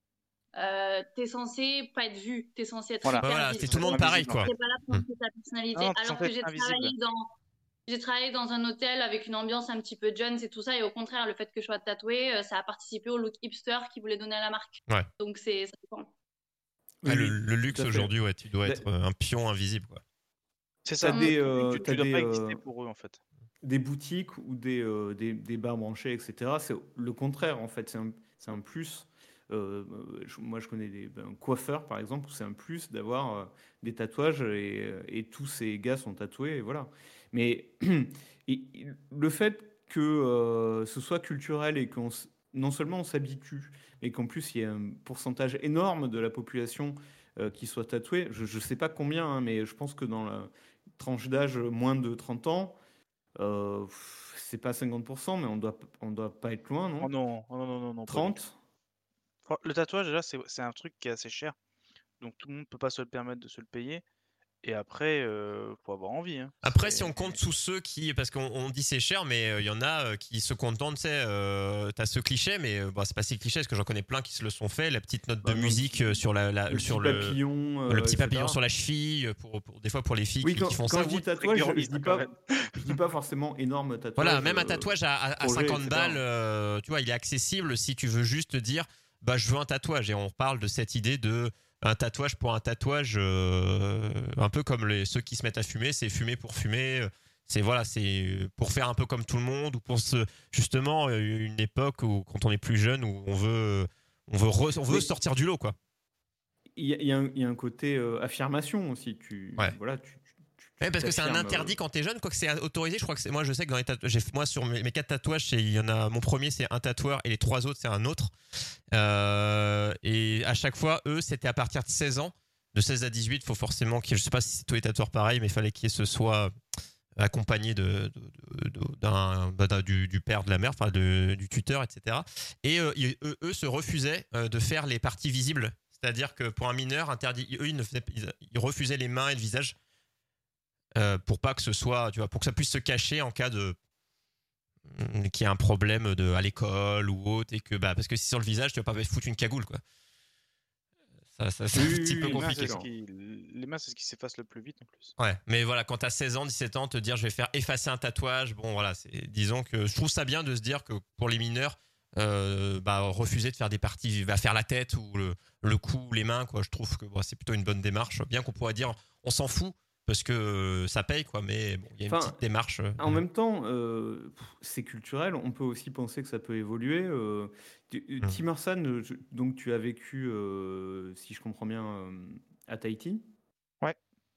euh, t'es censé pas être vu, t'es censé être Voilà. hyper Ouais, voilà, c'est visible. tout le monde pareil, Invisible, quoi. T'es pas là pour Hmm. montrer ta personnalité. Non, non, t'es Alors censé que être j'ai invisible. travaillé dans, j'ai travaillé dans un hôtel avec une ambiance un petit peu Jones et tout ça, et au contraire, le fait que je sois tatouée, euh, ça a participé au look hipster qu'ils voulaient donner à la marque. Ouais. Donc c'est, ça dépend. Ah, Oui, le, oui, le luxe tout à fait. aujourd'hui, ouais, tu dois Bah- être euh, un pion invisible, quoi. C'est T'as ça. des, Tu- euh, tu, t'as tu dois des, pas exister euh, pour eux en fait. des boutiques ou des, euh, des, des bars branchés, et cetera. C'est le contraire, en fait. C'est un, c'est un plus. Euh, je- moi, je connais des ben, coiffeurs, par exemple, où c'est un plus d'avoir euh, des tatouages et, euh, et tous ces gars sont tatoués, et voilà. Mais et- et le fait que euh, ce soit culturel et qu'on s- non seulement on s'habitue, mais qu'en plus il y a un pourcentage énorme de la population euh, qui soit tatouée, je ne sais pas combien, hein, mais je pense que dans la tranche d'âge moins de trente ans, euh, pff, c'est pas cinquante pour cent, mais on doit, on doit pas être loin, Oh non? non, oh non, non, non, non, pas du tout. trente? Fran- Le tatouage, déjà, c'est c'est un truc qui est assez cher. Donc tout le monde peut pas se le permettre de se le payer. Et après, euh, faut avoir envie. hein. Après, C'est- si on compte sous ceux qui, parce qu'on on dit c'est cher, mais euh, il y en a euh, qui se contentent, tu sais, euh, t'as ce cliché, mais euh, bah, c'est pas si cliché, parce que j'en connais plein qui se le sont fait, la petite note Bah de non, musique le euh, sur la, la- Le sur petit le, papillon, le euh, petit et cetera. papillon sur la cheville, euh, pour, pour- des fois pour les filles Oui, qui, quand, qui font quand ça. je dis Truc tatouage, je, girly, je dis quand pas, même. je dis pas forcément énorme tatouage. Voilà, même un euh, tatouage à, à- à projet, cinquante et cetera. balles, euh, tu vois, il est accessible si tu veux juste dire, bah, je veux un tatouage. Et on parle de cette idée de un tatouage pour un tatouage, euh, un peu comme les, ceux qui se mettent à fumer, c'est fumer pour fumer. C'est voilà, c'est pour faire un peu comme tout le monde ou pour se, justement une époque où quand on est plus jeune où on veut, on veut, re- on veut Mais- sortir du lot, quoi. Il y, a- il y a un- il y a un côté euh, affirmation aussi. Tu, Ouais. voilà, tu, tu- tu- Ouais, parce que c'est un t'affirmes, interdit euh, quand t'es jeune, quoi que c'est autorisé. Je crois que c'est, moi, je sais que dans les tatouages, j'ai, moi, sur mes, mes quatre tatouages, c'est, il y en a, mon premier, c'est un tatoueur et les trois autres, c'est un autre. Euh, et à chaque fois, eux, c'était à partir de seize ans. De seize à dix-huit, il faut forcément qu'il y ait, je sais pas si c'est tous les tatoueurs pareil, mais il fallait qu'il y ait ce soit accompagné de, de- de- d'un, bah, d'un- du, du père de la mère, enfin de- du tuteur, et cetera. Et euh, ils- eux, eux se refusaient euh, de faire les parties visibles. C'est-à-dire que pour un mineur, interdit, eux, ils, ne faisaient- ils- ils refusaient les mains et le visage. Euh, pour pas que ce soit, tu vois, pour que ça puisse se cacher en cas de qu'il y ait un problème de à l'école ou autre et que bah parce que si sur le visage tu vas pas foutre une cagoule, quoi. Ça, ça c'est Oui, un petit oui, peu oui, Les mains, compliqué. c'est ce d'accord. qui, les mains, c'est ce qui s'efface le plus vite en plus. Ouais, mais voilà, quand t'as seize ans, dix-sept ans, te dire je vais faire effacer un tatouage, bon voilà, c'est, disons que je trouve ça bien de se dire que pour les mineurs, euh, bah, refuser de faire des parties, va faire la tête ou le, le cou, les mains, quoi. Je trouve que bon, c'est plutôt une bonne démarche. Bien qu'on pourrait dire, on s'en fout, parce que euh, ça paye, quoi. Mais bon, il y a une Enfin, petite démarche. euh, en de- même temps, euh, pff, c'est culturel. On peut aussi penser que ça peut évoluer. Euh, tu- euh, Mhm. Tim Ursan, euh, je- donc tu as vécu, euh, si je comprends bien, euh, à Tahiti. Ouais.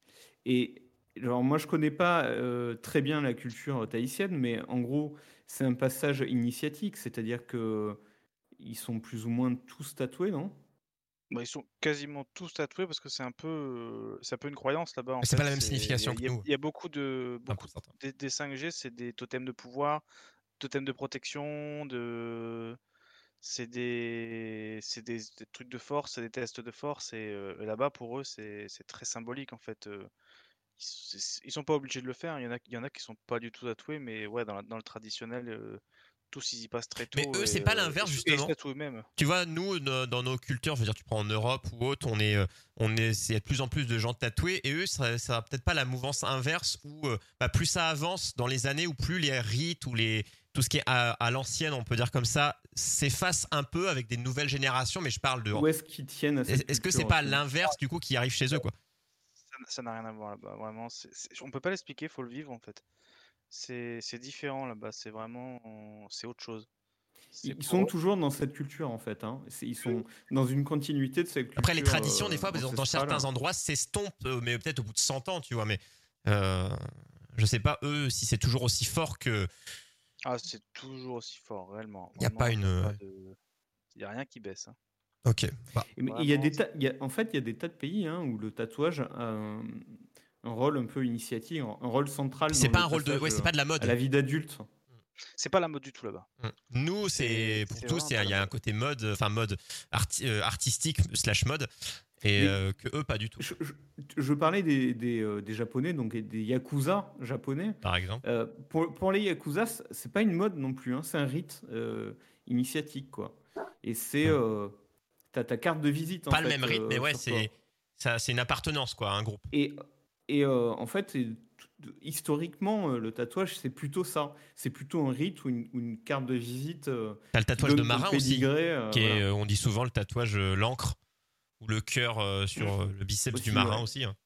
Et alors moi, je connais pas euh, très bien la culture tahitienne, mais en gros, c'est un passage initiatique, c'est-à-dire que ils sont plus ou moins tous tatoués, non? Bah, ils sont quasiment tous tatoués parce que c'est un peu, euh, c'est un peu une croyance là-bas en Mais c'est fait. pas la même C'est, il y a, signification il que y a- nous, il y a beaucoup de, hein, beaucoup pour certains. des, des cinq G, c'est des totems de pouvoir, totems de protection, de, c'est des, c'est des, des trucs de force, c'est des tests de force et euh, là-bas pour eux c'est, c'est très symbolique en fait. euh, Ils, c'est- ils sont pas obligés de le faire. Il y en a, il y en a qui sont pas du tout tatoués, mais ouais, dans, la- dans le traditionnel, euh, tous ils y passent très Mais tôt eux, et, c'est pas euh, et, l'inverse, se- et ils se justement. tatouent eux-mêmes. Tu vois, nous, no- dans nos cultures, je veux dire, tu prends en Europe ou autre, on est, euh, on est, il y a de plus en plus de gens tatoués, et eux, ça, ça a peut-être pas la mouvance inverse où, euh, bah, plus ça avance dans les années, ou plus les rites ou les, tout ce qui est à, à l'ancienne, on peut dire comme ça, s'efface un peu avec des nouvelles générations. Mais je parle de, Où est-ce qu'ils tiennent à cette est-ce que c'est culture pas aussi? l'inverse du coup qui arrive chez eux, quoi? Ça n'a ça n'a rien à voir là-bas, vraiment. C'est, c'est- on peut pas l'expliquer, faut le vivre en fait. C'est, c'est différent là-bas. C'est vraiment, c'est autre chose. C'est Ils ils sont pour eux. toujours dans cette culture en fait, hein. C'est- Ils sont dans une continuité de cette Après, les culture traditions, des euh, fois, dans, dans ancestrale. certains endroits, s'estompent, euh, mais peut-être au bout de cent ans, tu vois. Mais euh, je sais pas, eux, si c'est toujours aussi fort que. Ah, c'est toujours aussi fort, réellement. Il n'y a pas Vraiment, il une. y a pas de, il y a rien qui baisse. hein. Ok. Bah, Et mais il y a Vraiment, des tas- il y a- en fait, il y a des tas de pays hein, où le tatouage a un, un rôle un peu initiatique, un un rôle central c'est dans pas le un rôle de. passage Ouais, c'est euh, pas de la à mode. la vie d'adulte. c'est pas la mode du tout là-bas. Mm. Nous, C'est, c'est pour c'est tous, vraiment c'est- pas il la y a un mode. côté mode, enfin mode arti- euh, artistique slash mode, et Mais euh, que eux pas du tout, je, je- je parlais des, des, euh, des Japonais, donc et des Yakuza japonais. par exemple. Euh, pour, pour les Yakuza, c- c'est pas une mode non plus, hein, c'est un rite euh, initiatique, quoi. Et c'est. Mm. Euh, t'as ta carte de visite, en Pas le même fait, rythme, mais euh, ouais, sur toi. c'est ça, c'est une appartenance quoi, à un groupe. Et, et euh, en fait, c'est- tout- historiquement, euh, le tatouage, c'est plutôt ça. C'est plutôt un rite ou une, ou une carte de visite euh, T'as le qui tatouage de donne ton marin aussi, pédigré. euh, qui est, voilà. euh, on dit souvent le tatouage euh, l'encre ou le cœur euh, sur euh, le biceps du Aussi, marin ouais. aussi, hein.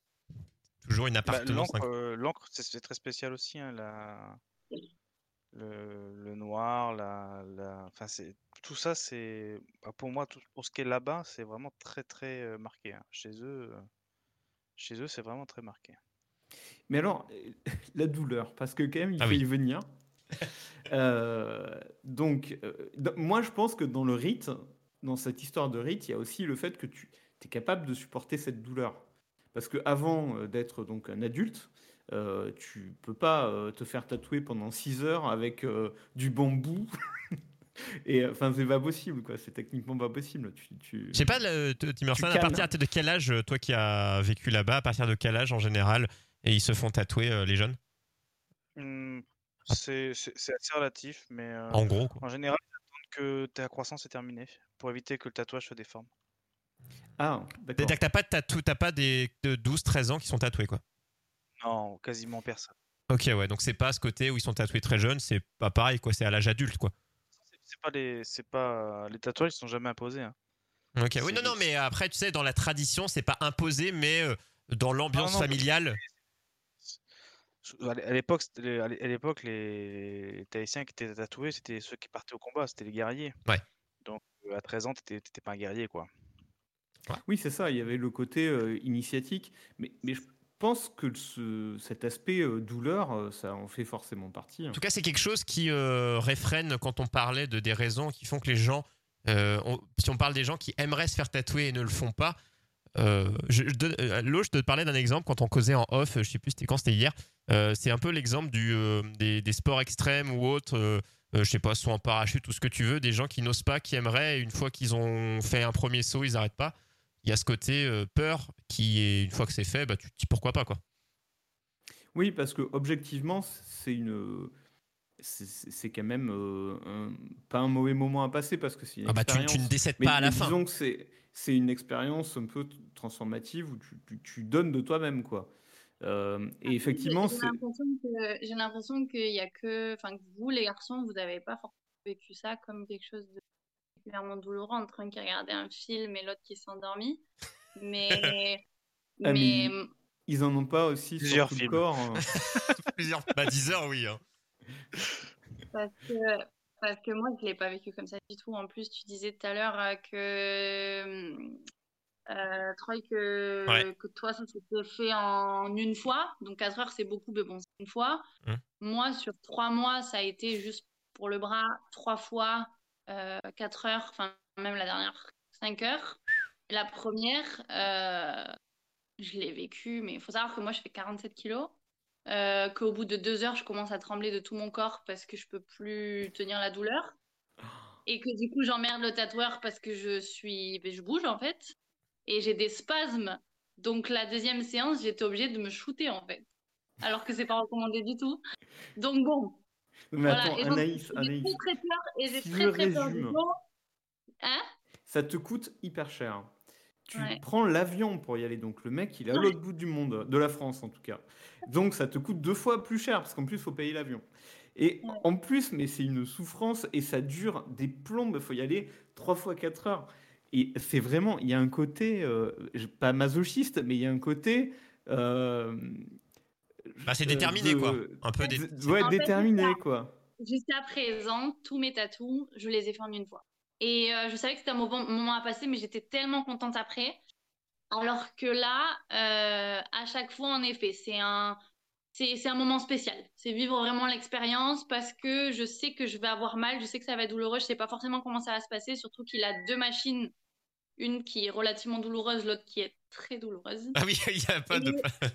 Toujours une Bah, appartenance. l'encre, euh, l'encre, c'est, c'est très spécial aussi. hein, la, le, le noir, la, la, enfin c'est tout ça, c'est bah, pour moi tout, pour ce qui est là-bas, c'est vraiment très très euh, marqué. hein. Chez eux, euh, chez eux, c'est vraiment très marqué. Mais alors, euh, la douleur, parce que quand même, il Ah faut oui. y venir. Euh, donc, euh, dans- moi, je pense que dans le rite, dans cette histoire de rite, il y a aussi le fait que tu es capable de supporter cette douleur. Parce que avant euh, d'être donc un adulte, euh, tu peux pas euh, te faire tatouer pendant six heures avec euh, du bambou. Et euh, enfin, c'est pas possible, quoi. C'est techniquement pas possible. Tu, tu... Je sais pas, le- t- Tim Ursan, à cales. partir de quel âge, euh, toi qui as vécu là-bas, à partir de quel âge en général, et ils se font tatouer euh, les jeunes? Hum, c'est, c'est, c'est assez relatif, mais euh, En gros, quoi. en général, ils attendent que ta croissance est terminée pour éviter que le tatouage se déforme. Ah, d'accord. C'est-à-dire que t'as pas, de tatou- t'as pas des de douze treize ans qui sont tatoués, quoi. Non, quasiment personne. Ok, ouais, donc c'est pas ce côté où ils sont tatoués très jeunes, c'est pas pareil, quoi, c'est à l'âge adulte, quoi. C'est, c'est pas les, c'est pas les tatouages, ils sont jamais imposés. hein. Ok, oui, C'est non, non, des- mais après, tu sais, dans la tradition, c'est pas imposé, mais euh, dans l'ambiance non, parce que- familiale. À l'é- à l'époque, c'était les- à l'é- à l'époque, les... les Tahitiens qui étaient tatoués, c'était ceux qui partaient au combat, c'était les guerriers. Ouais. Donc euh, à treize ans, t'étais, t'étais pas un guerrier, quoi. Oui, c'est ça. Il y avait le côté euh, initiatique. Mais, mais je pense que ce- cet aspect euh, douleur, euh, ça en fait forcément partie. hein. En tout cas, c'est quelque chose qui euh, réfrène quand on parlait de des raisons qui font que les gens, euh, on- si on parle des gens qui aimeraient se faire tatouer et ne le font pas. Euh, je, je donne- euh, Lo, je te parlais d'un exemple quand on causait en off, je sais plus c'était quand, c'était hier. Euh, c'est un peu l'exemple du, euh, des, des sports extrêmes ou autres, euh, euh, je sais pas, soit en parachute ou ce que tu veux, des gens qui n'osent pas, qui aimeraient, et une fois qu'ils ont fait un premier saut, ils n'arrêtent pas. Il y a ce côté euh, peur qui est, une fois que c'est fait, bah, tu te dis pourquoi pas, quoi. Oui, parce que objectivement, c'est une, c'est c'est- c'est quand même euh, un- pas un mauvais moment à passer parce que c'est une Ah bah tu, tu ne expérience. décèdes Mais, pas à la mais fin. disons que c'est c'est une expérience un peu transformative où tu, tu- tu donnes de toi-même, quoi. Euh, et effectivement, J'ai c'est l'impression que j'ai l'impression qu'il y a que, enfin, que vous, les garçons, vous n'avez pas forcément vécu ça comme quelque chose de particulièrement douloureux entre un qui regardait un film et l'autre qui s'est endormi. Mais, Ah, mais mais Ils en ont pas aussi sur Plusieurs tout le films. corps. euh. Plusieurs. Bah, dix heures, oui. hein. Parce que, parce que moi, je l'ai pas vécu comme ça du tout. En plus, tu disais tout à l'heure euh, que euh, Troy, que, Ouais. que toi, ça s'était fait en une fois. Donc quatre heures, c'est beaucoup, mais bon, c'est une fois. Hum. Moi, sur trois mois, ça a été juste pour le bras, trois fois, euh, quatre heures, enfin, même la dernière, cinq heures. Et la première, euh, je l'ai vécu, mais il faut savoir que moi, je fais quarante-sept kilos. Euh, qu'au bout de deux heures, je commence à trembler de tout mon corps parce que je peux plus tenir la douleur. Et que du coup, j'emmerde le tatoueur parce que je suis, ben, je bouge en fait. Et j'ai des spasmes. Donc la deuxième séance, j'étais obligée de me shooter en fait. Alors que c'est pas recommandé du tout. Donc bon, Mais voilà. attends, Et donc Anaïs, j'ai Anaïs, très très peur et j'ai si très je très peur du résume, dos. Hein? ça te coûte hyper cher. Tu Ouais. prends l'avion pour y aller, donc le mec, il est à l'autre bout du monde, de la France en tout cas. Donc ça te coûte deux fois plus cher, parce qu'en plus, il faut payer l'avion. Et Ouais. en plus, mais c'est une souffrance, et ça dure des plombes, il faut y aller trois fois quatre heures. Et c'est vraiment, il y a un côté, euh, je- pas masochiste, mais il y a un côté euh, Bah, c'est euh, déterminé, quoi. de, Un peu. Dé... de- c'est- ouais, En fait, c'est ça. déterminé, quoi. Jusqu'à présent, tous mes tatous, je les ai fait en une fois. Et euh, je savais que c'était un moment, moment à passer, mais j'étais tellement contente après. Alors que là, euh, à chaque fois, en effet, c'est un, c'est, c'est un moment spécial. C'est vivre vraiment l'expérience parce que je sais que je vais avoir mal, je sais que ça va être douloureux, je sais pas forcément comment ça va se passer, surtout qu'il a deux machines, une qui est relativement douloureuse, l'autre qui est très douloureuse. Ah oui, il n'y a pas Et de.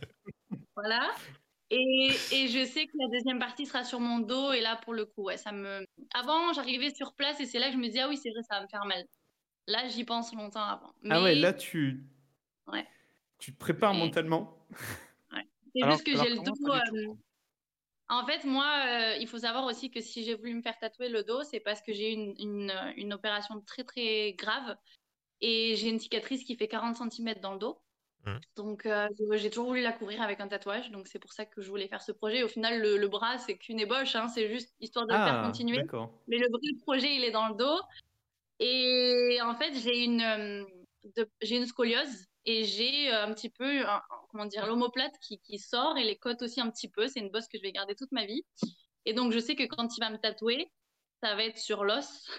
voilà. Et, et je sais que la deuxième partie sera sur mon dos. Et là, pour le coup, ouais, ça me. Avant, j'arrivais sur place et c'est là que je me disais, ah oui, c'est vrai, ça va me faire mal. Là, j'y pense longtemps avant. Ah ouais, là, Mais, tu, ouais, tu te prépares mais mentalement. ouais. C'est Alors, juste que alors j'ai le comment pas dos. du tout. euh, En fait, moi, euh, il faut savoir aussi que si j'ai voulu me faire tatouer le dos, c'est parce que j'ai eu une, une, euh, une opération très, très grave. Et j'ai une cicatrice qui fait quarante centimètres dans le dos. Hum. Donc, euh, je- j'ai toujours voulu la couvrir avec un tatouage. Donc, c'est pour ça que je voulais faire ce projet. Au final, le, le bras, c'est qu'une ébauche, hein, c'est juste histoire de le faire Ah, continuer. d'accord. Mais le vrai projet, il est dans le dos. Et en fait, j'ai une, euh, de- j'ai une scoliose et j'ai euh, un petit peu, un- comment dire, l'omoplate qui, qui sort et les côtes aussi un petit peu. C'est une bosse que je vais garder toute ma vie. Et donc, je sais que quand il va me tatouer, ça va être sur l'os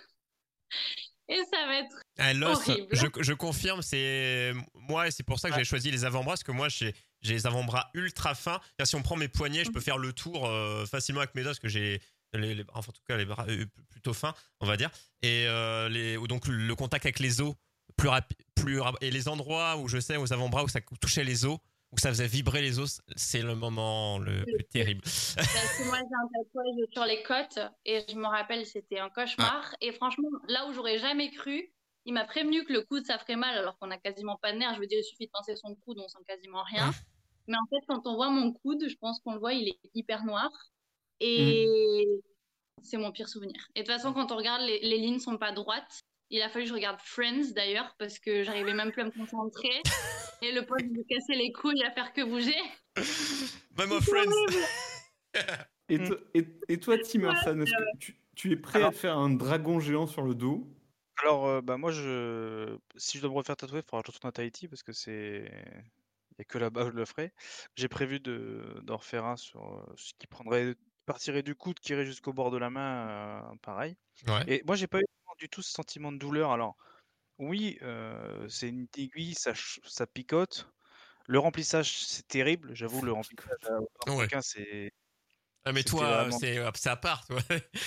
et ça va être Ah, l'os, horrible. je, je confirme, c'est moi et c'est pour ça que Ouais. j'ai choisi les avant-bras parce que moi j'ai j'ai les avant-bras ultra fins. C'est-à-dire, si on prend mes poignets, je peux faire le tour euh, facilement avec mes doigts parce que j'ai les, les- enfin, en tout cas les bras euh, plutôt fins, on va dire. Et euh, les donc le contact avec les os plus rapide, plus rap- et les endroits où je sais aux avant-bras où ça touchait les os, où ça faisait vibrer les os, c'est le moment le plus terrible. Parce que moi, j'ai un tatouage sur les côtes et je me rappelle, c'était un cauchemar. Et franchement, là où j'aurais jamais cru, il m'a prévenu que le coude, ça ferait mal alors qu'on a quasiment pas de nerfs. Je veux dire, il suffit de penser son coude, on sent quasiment rien. Ouais. Mais en fait, quand on voit mon coude, je pense qu'on le voit, il est hyper noir. Mm. Et c'est mon pire souvenir. Et de toute façon, quand on regarde, les, les lignes sont pas droites. Il a fallu que je regarde Friends d'ailleurs parce que j'arrivais même plus à me concentrer. Et le pote me cassait les couilles à faire que bouger. Même aux C'est Friends. horrible. Et, Mm. to- et, et toi, Timerson, est-ce que tu, tu es prêt Alors- à te faire un dragon géant sur le dos? Alors, euh, bah moi, je... si je dois me refaire tatouer, il faudra que je retourne à Tahiti parce que c'est. Il n'y a que là-bas où je le ferai. J'ai prévu de... d'en refaire un sur euh, ce qui prendrait, partirait du coude, qui irait jusqu'au bord de la main, euh, pareil. Ouais. Et moi, j'ai pas eu du tout ce sentiment de douleur. Alors, oui, euh, c'est une aiguille, ça, ch- ça picote. Le remplissage, c'est terrible. J'avoue, le remplissage à Ouais. aucun, c'est. Ah, mais C'était toi, vraiment- c'est c'est à part, toi.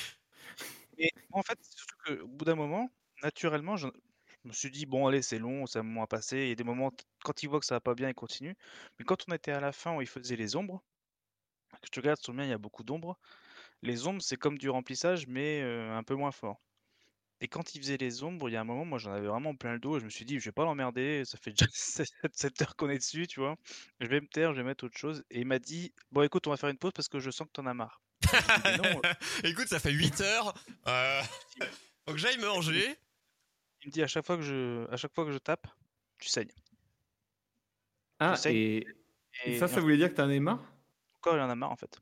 Et en fait, c'est surtout qu'au bout d'un moment, naturellement, je, je me suis dit, bon, allez, c'est long, c'est un moment à passer. Il y a des moments, t- quand il voit que ça va pas bien, il continue. Mais quand on était à la fin où il faisait les ombres, je te regarde sur le mien, il y a beaucoup d'ombres. Les ombres, c'est comme du remplissage, mais euh, un peu moins fort. Et quand il faisait les ombres, il y a un moment, moi, j'en avais vraiment plein le dos. Et je me suis dit, je vais pas l'emmerder. Ça fait déjà sept heures qu'on est dessus, tu vois. Je vais me taire, je vais mettre autre chose. Et il m'a dit, bon, écoute, on va faire une pause parce que je sens que t'en as marre. Je lui ai dit, mais non. Écoute, ça fait huit heures. Euh... Faut que j'aille manger. Il me dit, à chaque fois que je, à chaque fois que je tape, tu saignes. Ah, sais- et, et Et, ça, et ça en fait, voulait dire que t'en avais marre? ton corps, il en a marre, en fait.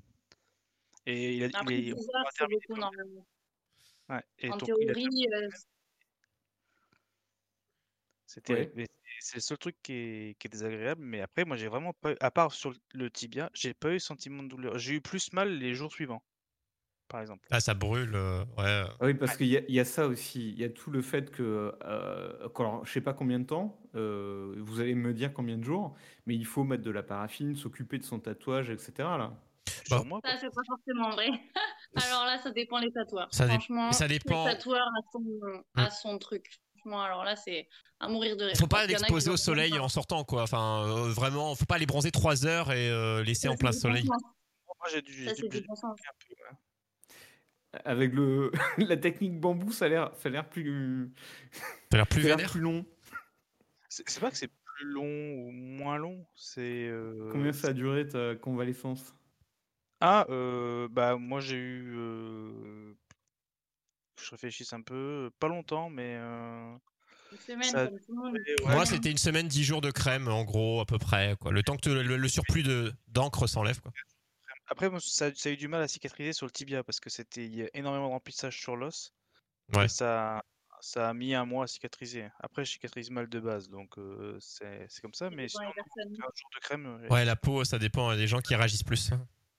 Et il a, il Après est- dix on heures, va c'est terminer beaucoup comme- normalement. Ouais, et En ton- il a- théorie, euh, c'était Ouais. mais c'est le seul truc qui est, qui est désagréable. Mais après, moi, j'ai vraiment pas eu, à part sur le tibia, j'ai pas eu sentiment de douleur. J'ai eu plus mal les jours suivants, par exemple. Ah, ça brûle, euh, ouais. Ah oui, parce qu'il y, a- il y a ça aussi. Il y a tout le fait que, euh, quand- je sais pas combien de temps, euh, vous allez me dire combien de jours, mais il faut mettre de la paraffine, s'occuper de son tatouage, et cetera. Là. Bah, Sur moi, quoi. Ça, c'est pas forcément vrai. Alors là, ça dépend les tatoueurs. Ça, dé- Franchement, ça chaque dépend. tatoueur a son, a son truc. Franchement, alors là, c'est à mourir de rire. Faut pas Parce qu'il y en a qui l'exposer au doivent soleil même en sortant, quoi. Enfin, euh, vraiment, faut pas aller bronzer trois heures et euh, laisser pas- en plein Ça, c'est soleil. du bon sens. Moi, j'ai dû, j'ai Ça, dû, c'est j'ai du dû bon sens. un peu, ouais. Avec le, la technique bambou, ça a l'air, ça a l'air plus, Ça a l'air plus ça a l'air vénère. plus long. C'est c'est pas que c'est plus long ou moins long, c'est. euh, Combien ça a duré ta convalescence? Ah, euh, bah moi j'ai eu. euh, Je réfléchisse un peu, pas longtemps, mais euh, Une semaine, ça a comme tout le monde. duré, ouais, Moi, Ouais. c'était une semaine, dix jours de crème, en gros, à peu près, quoi. Le temps que te- le, le surplus de d'encre s'enlève, quoi. Après, moi, ça, ça a eu du mal à cicatriser sur le tibia parce que c'était il y a énormément de remplissage sur l'os Ouais. et ça, ça a mis un mois à cicatriser. Après, je cicatrise mal de base, donc euh, c'est c'est comme ça. Ça Mais dépend sinon, des non, personnes. quinze jours de crème. euh, Ouais, la peau, ça dépend. Il y a des gens qui réagissent plus.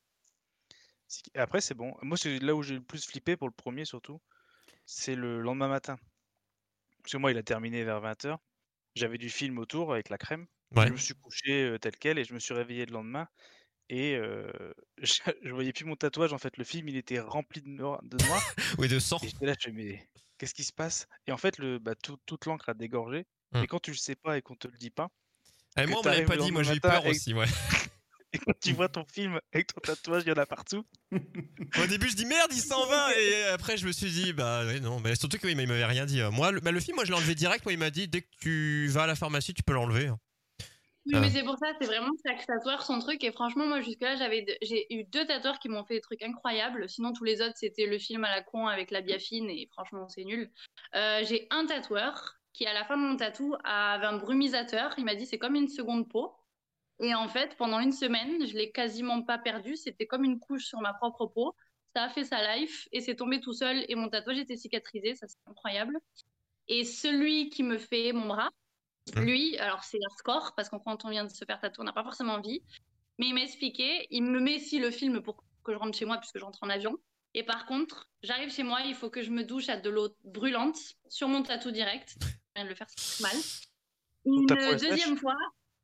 c'est- et après, c'est bon. Moi, c'est là où j'ai le plus flippé pour le premier surtout, c'est le lendemain matin. Parce que moi, il a terminé vers vingt heures. J'avais du film autour avec la crème. Ouais. Je me suis couché euh, tel quel et je me suis réveillé le lendemain. Et euh, je, je voyais plus mon tatouage. En fait, le film, il était rempli de noir. De noir Oui, de sang. et j'étais là, je fais, mais qu'est-ce qui se passe? Et en fait, le, bah, tout- toute l'encre a dégorgé. Hmm. Et quand tu le sais pas et qu'on te le dit pas, Et que moi, on me l'avait t'arrives pas le dit. Moi, lendemain j'ai eu matin peur et, aussi, ouais. et quand tu vois ton film avec ton tatouage, il y en a partout. Au début, je dis merde, il s'en va. Et après, je me suis dit, bah oui, non. Mais surtout qu'il m'avait rien dit. Moi, le, bah, le film, moi, je l'ai enlevé direct. Moi, il m'a dit, dès que tu vas à la pharmacie, tu peux l'enlever. Oui, Ah. mais c'est pour ça, c'est vraiment chaque tatoueur son truc. Et franchement, moi, jusque-là, j'avais deux- j'ai eu deux tatoueurs qui m'ont fait des trucs incroyables. Sinon, tous les autres, c'était le film à la con avec la biafine. Et franchement, c'est nul. Euh, j'ai un tatoueur qui, à la fin de mon tatou, avait un brumisateur. Il m'a dit, c'est comme une seconde peau. Et en fait, pendant une semaine, je l'ai quasiment pas perdu. C'était comme une couche sur ma propre peau. Ça a fait sa life et c'est tombé tout seul. Et mon tatouage était cicatrisé. Ça, c'est incroyable. Et celui qui me fait mon bras, Hum. lui, alors c'est hardcore parce que quand on vient de se faire tatouer, on n'a pas forcément envie. Mais il m'a expliqué, il me met si le film pour que je rentre chez moi puisque je rentre en avion. Et par contre, j'arrive chez moi, il faut que je me douche à de l'eau brûlante sur mon tatou direct. Je viens de le faire, c'est mal. Donc, Une ta peau, elle sèche deuxième fois,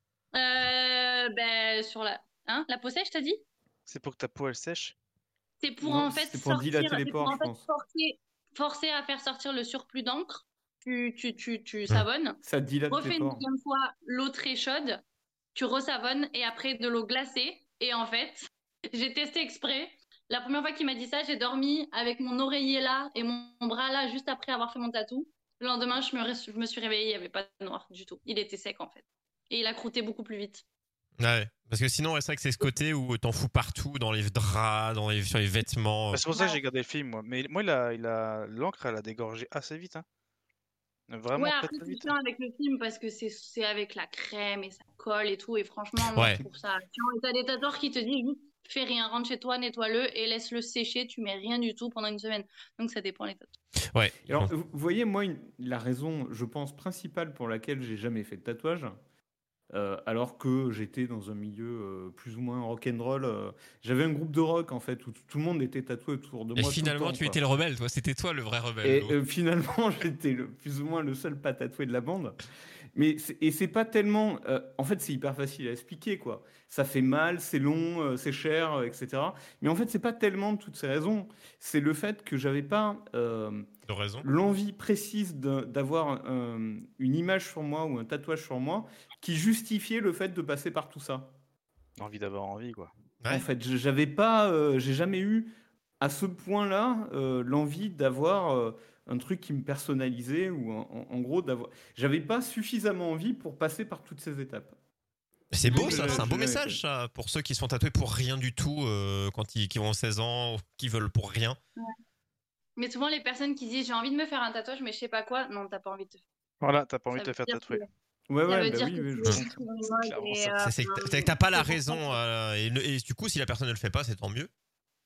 euh, ben, sur la, hein, la peau sèche, t'as dit? C'est pour que ta peau elle sèche. C'est pour Non, en fait c'est pour sortir, dilater les c'est pour pores, en je fait pense. forcer, forcer à faire sortir le surplus d'encre. Tu, tu, tu, tu Hum. savonnes. Ça dilate tes Refais une pores. deuxième fois l'eau très chaude. Tu resavonnes et après de l'eau glacée. Et en fait, j'ai testé exprès. La première fois qu'il m'a dit ça, j'ai dormi avec mon oreiller là et mon, mon bras là juste après avoir fait mon tatou. Le lendemain, je me, ré- je me suis réveillée, il n'y avait pas de noir du tout. Il était sec en fait. Et il a croûté beaucoup plus vite. Ouais. Parce que sinon, ouais, c'est vrai que c'est ce côté où t'en fous partout, dans les draps, dans les, sur les vêtements. Bah, c'est pour ça que Ouais. j'ai gardé le film, moi. Mais moi, il a, il a, l'encre, elle a dégorgé assez vite. Hein. Vraiment Ouais, très après, très c'est vite. chiant avec le film parce que c'est c'est avec la crème et ça colle et tout. Et franchement, moi, Ouais. je trouve ça chiant. Et t'as des tatoueurs qui te disent juste fais rien, rentre chez toi, nettoie-le et laisse-le sécher. Tu mets rien du tout pendant une semaine. Donc, ça dépend les tatoueurs. Ouais. Et alors, vous vous voyez, moi, une- la raison, je pense, principale pour laquelle j'ai jamais fait de tatouage, euh, alors que j'étais dans un milieu euh, plus ou moins rock'n'roll, euh, j'avais un groupe de rock, en fait, où t- tout le monde était tatoué autour de Et moi tout le finalement, temps, tu quoi. étais le rebelle, toi. C'était toi le vrai rebelle. Et Lou. euh, finalement, j'étais le- plus ou moins le seul pas tatoué de la bande. Mais c'est- et c'est pas tellement. Euh, en fait, c'est hyper facile à expliquer, quoi. Ça fait mal, c'est long, euh, c'est cher, euh, et cetera. Mais en fait, c'est pas tellement de toutes ces raisons. C'est le fait que j'avais pas euh, De raison. l'envie précise de- d'avoir euh, une image sur moi ou un tatouage sur moi qui justifiait le fait de passer par tout ça. Envie d'avoir envie, quoi. Ouais. En fait, je- j'avais pas, euh, j'ai jamais eu à ce point-là euh, l'envie d'avoir euh, un truc qui me personnalisait ou en, en- en gros d'avoir. J'avais pas suffisamment envie pour passer par toutes ces étapes. C'est beau, Ouais, ça. je- C'est un je beau l'avais message, fait. ça. Pour ceux qui sont tatoués pour rien du tout, euh, quand ils qui ont seize ans, qui veulent pour rien. Mais souvent, les personnes qui disent j'ai envie de me faire un tatouage, mais je sais pas quoi, non, t'as pas envie de te faire. Voilà, t'as pas envie Ça de te veut faire dire tatouer. que, Ouais, ça ouais, veut bah dire oui, que oui, tu je es comprends. sur une mode Clairement, et, ça- euh, C'est c'est que euh, t'as- c'est que t'as pas la c'est pour raison. ça. euh, et, ne- et du coup, si la personne ne le fait pas, c'est tant mieux.